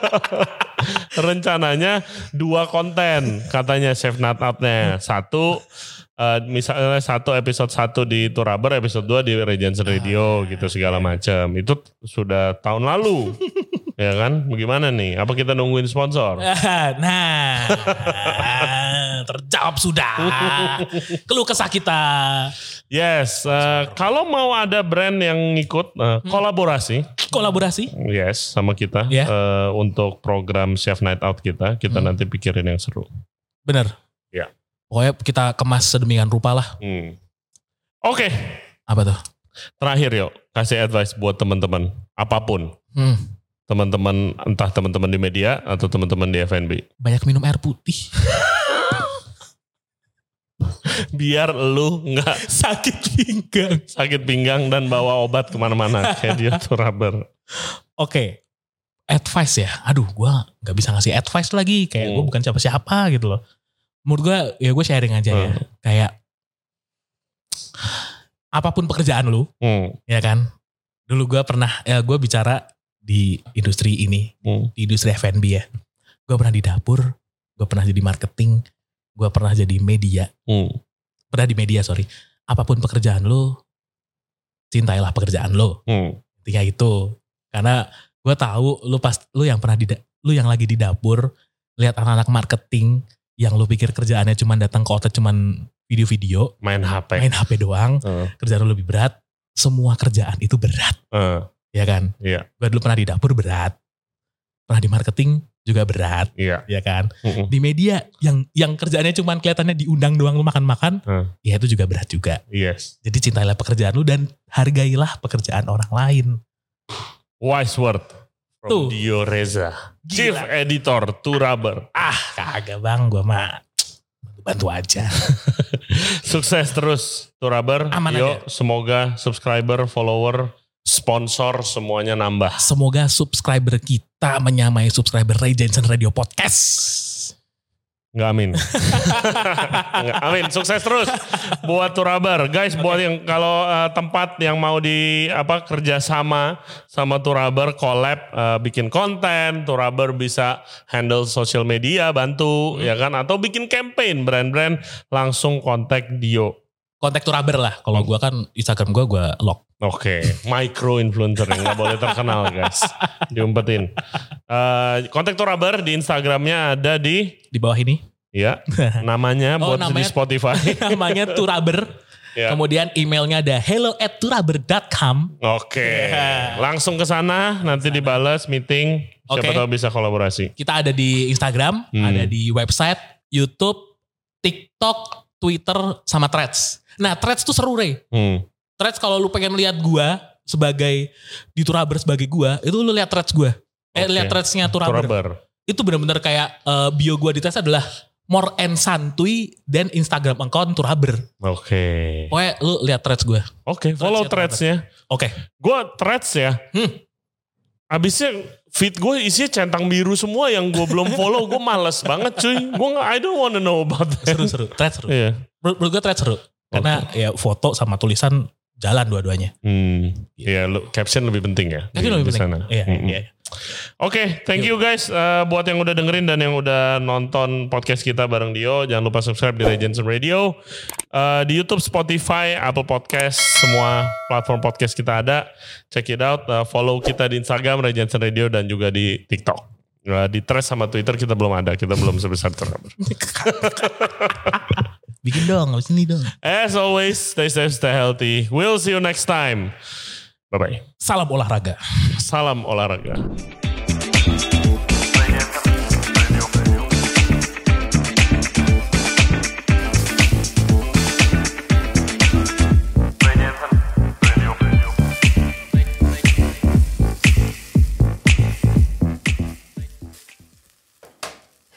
Rencananya 2 konten katanya Chef Night Out-nya. Misalnya 1 episode 1 di Turaber, episode 2 di Ray Jensen Radio gitu segala macam. Itu sudah tahun lalu. Ya kan? Bagaimana nih? Apa kita nungguin sponsor? Nah, terjawab sudah. Keluh kesah kita. Yes, kalau mau ada brand yang ngikut kolaborasi. Yes, sama kita untuk program Chef Night Out kita nanti pikirin yang seru. Bener. Ya. Pokoknya kita kemas sedemikian rupa lah. Oke. Apa tuh? Terakhir yuk, kasih advice buat teman-teman apapun. Teman-teman, entah teman-teman di media atau teman-teman di F&B. Banyak minum air putih. Biar lu gak sakit pinggang dan bawa obat kemana-mana. Kayak dia Turaber. Oke. Advice ya. Aduh gue gak bisa ngasih advice lagi. Kayak gue bukan siapa-siapa gitu loh. Menurut gue ya gue sharing aja ya. Kayak apapun pekerjaan lu. Ya kan. Dulu gue pernah gue bicara di industri ini, di industri F&B ya. Gue pernah di dapur, gue pernah jadi marketing, gue pernah jadi media. Pernah di media, sorry. Apapun pekerjaan lo, cintailah pekerjaan lo. Intinya itu. Karena gue tahu lu yang lagi di dapur, lihat anak-anak marketing yang lu pikir kerjaannya cuma datang ke outlet cuman video-video, main HP doang, kerjaan lu lebih berat. Semua kerjaan itu berat. Ya kan? Iya. Gue dulu pernah di dapur berat. Pernah di marketing juga berat. Iya. Ya kan? Di media yang kerjaannya cuma kelihatannya diundang doang lu makan-makan. Ya itu juga berat juga. Yes. Jadi cintailah pekerjaan lu dan hargailah pekerjaan orang lain. Wise word from Dio Reza. Gila. Chief Editor Turaber. Kagak bang, gue mah bantu aja. Sukses terus Turaber. Aman aja. Semoga subscriber, follower, sponsor semuanya nambah. Semoga subscriber kita menyamai subscriber Ray Jensen Radio Podcast. Nggak amin. Nggak amin. Sukses terus buat Turaber. Guys, buat yang kalau tempat yang mau kerja sama Turaber, collab, bikin konten, Turaber bisa handle social media, bantu ya kan, atau bikin campaign brand-brand, langsung kontak Dio. Kontak Turaber lah. Kalau gue kan Instagram gue lock. Oke, micro influencer yang nggak boleh terkenal guys, diumpetin. Kontak Turaber di Instagramnya ada di bawah ini. Ya, namanya di Spotify. Namanya Turaber. Ya. Kemudian emailnya ada hello@turaber.com. Oke, langsung ke sana nanti dibales meeting. Siapa tahu bisa kolaborasi. Kita ada di Instagram, ada di website, YouTube, TikTok, Twitter, sama Threads. Nah, Threads tuh seru Ray. Threads kalau lu pengen lihat gua sebagai di Turaber sebagai gue, itu lu lihat threads gue. Lihat threadsnya Turaber. Itu benar-benar kayak bio gue di threads adalah more and santuy dan Instagram account Turaber. Oke. Pokoknya lu lihat threads gue. Oke, follow threadsnya. Oke. Gue threads ya. Abisnya feed gue isinya centang biru semua yang gue belum follow. Gue males banget cuy. I don't wanna know about that. Seru. Threads seru. Iya. Menurut gue threads seru. Karena ya foto sama tulisan jalan dua-duanya. Iya, caption lebih penting ya. Caption lebih penting. Sana. Iya. Oke, thank you guys buat yang udah dengerin dan yang udah nonton podcast kita bareng Dio. Jangan lupa subscribe di Ray Jensen Radio. Di YouTube, Spotify, Apple Podcast, semua platform podcast kita ada. Check it out. Follow kita di Instagram Ray Jensen Radio dan juga di TikTok. Di Threads sama Twitter kita belum ada. Kita belum sebesar Turaber. Bikin dong, abis ini dong. As always, stay safe, stay healthy. We'll see you next time. Bye-bye. Salam olahraga. Salam olahraga.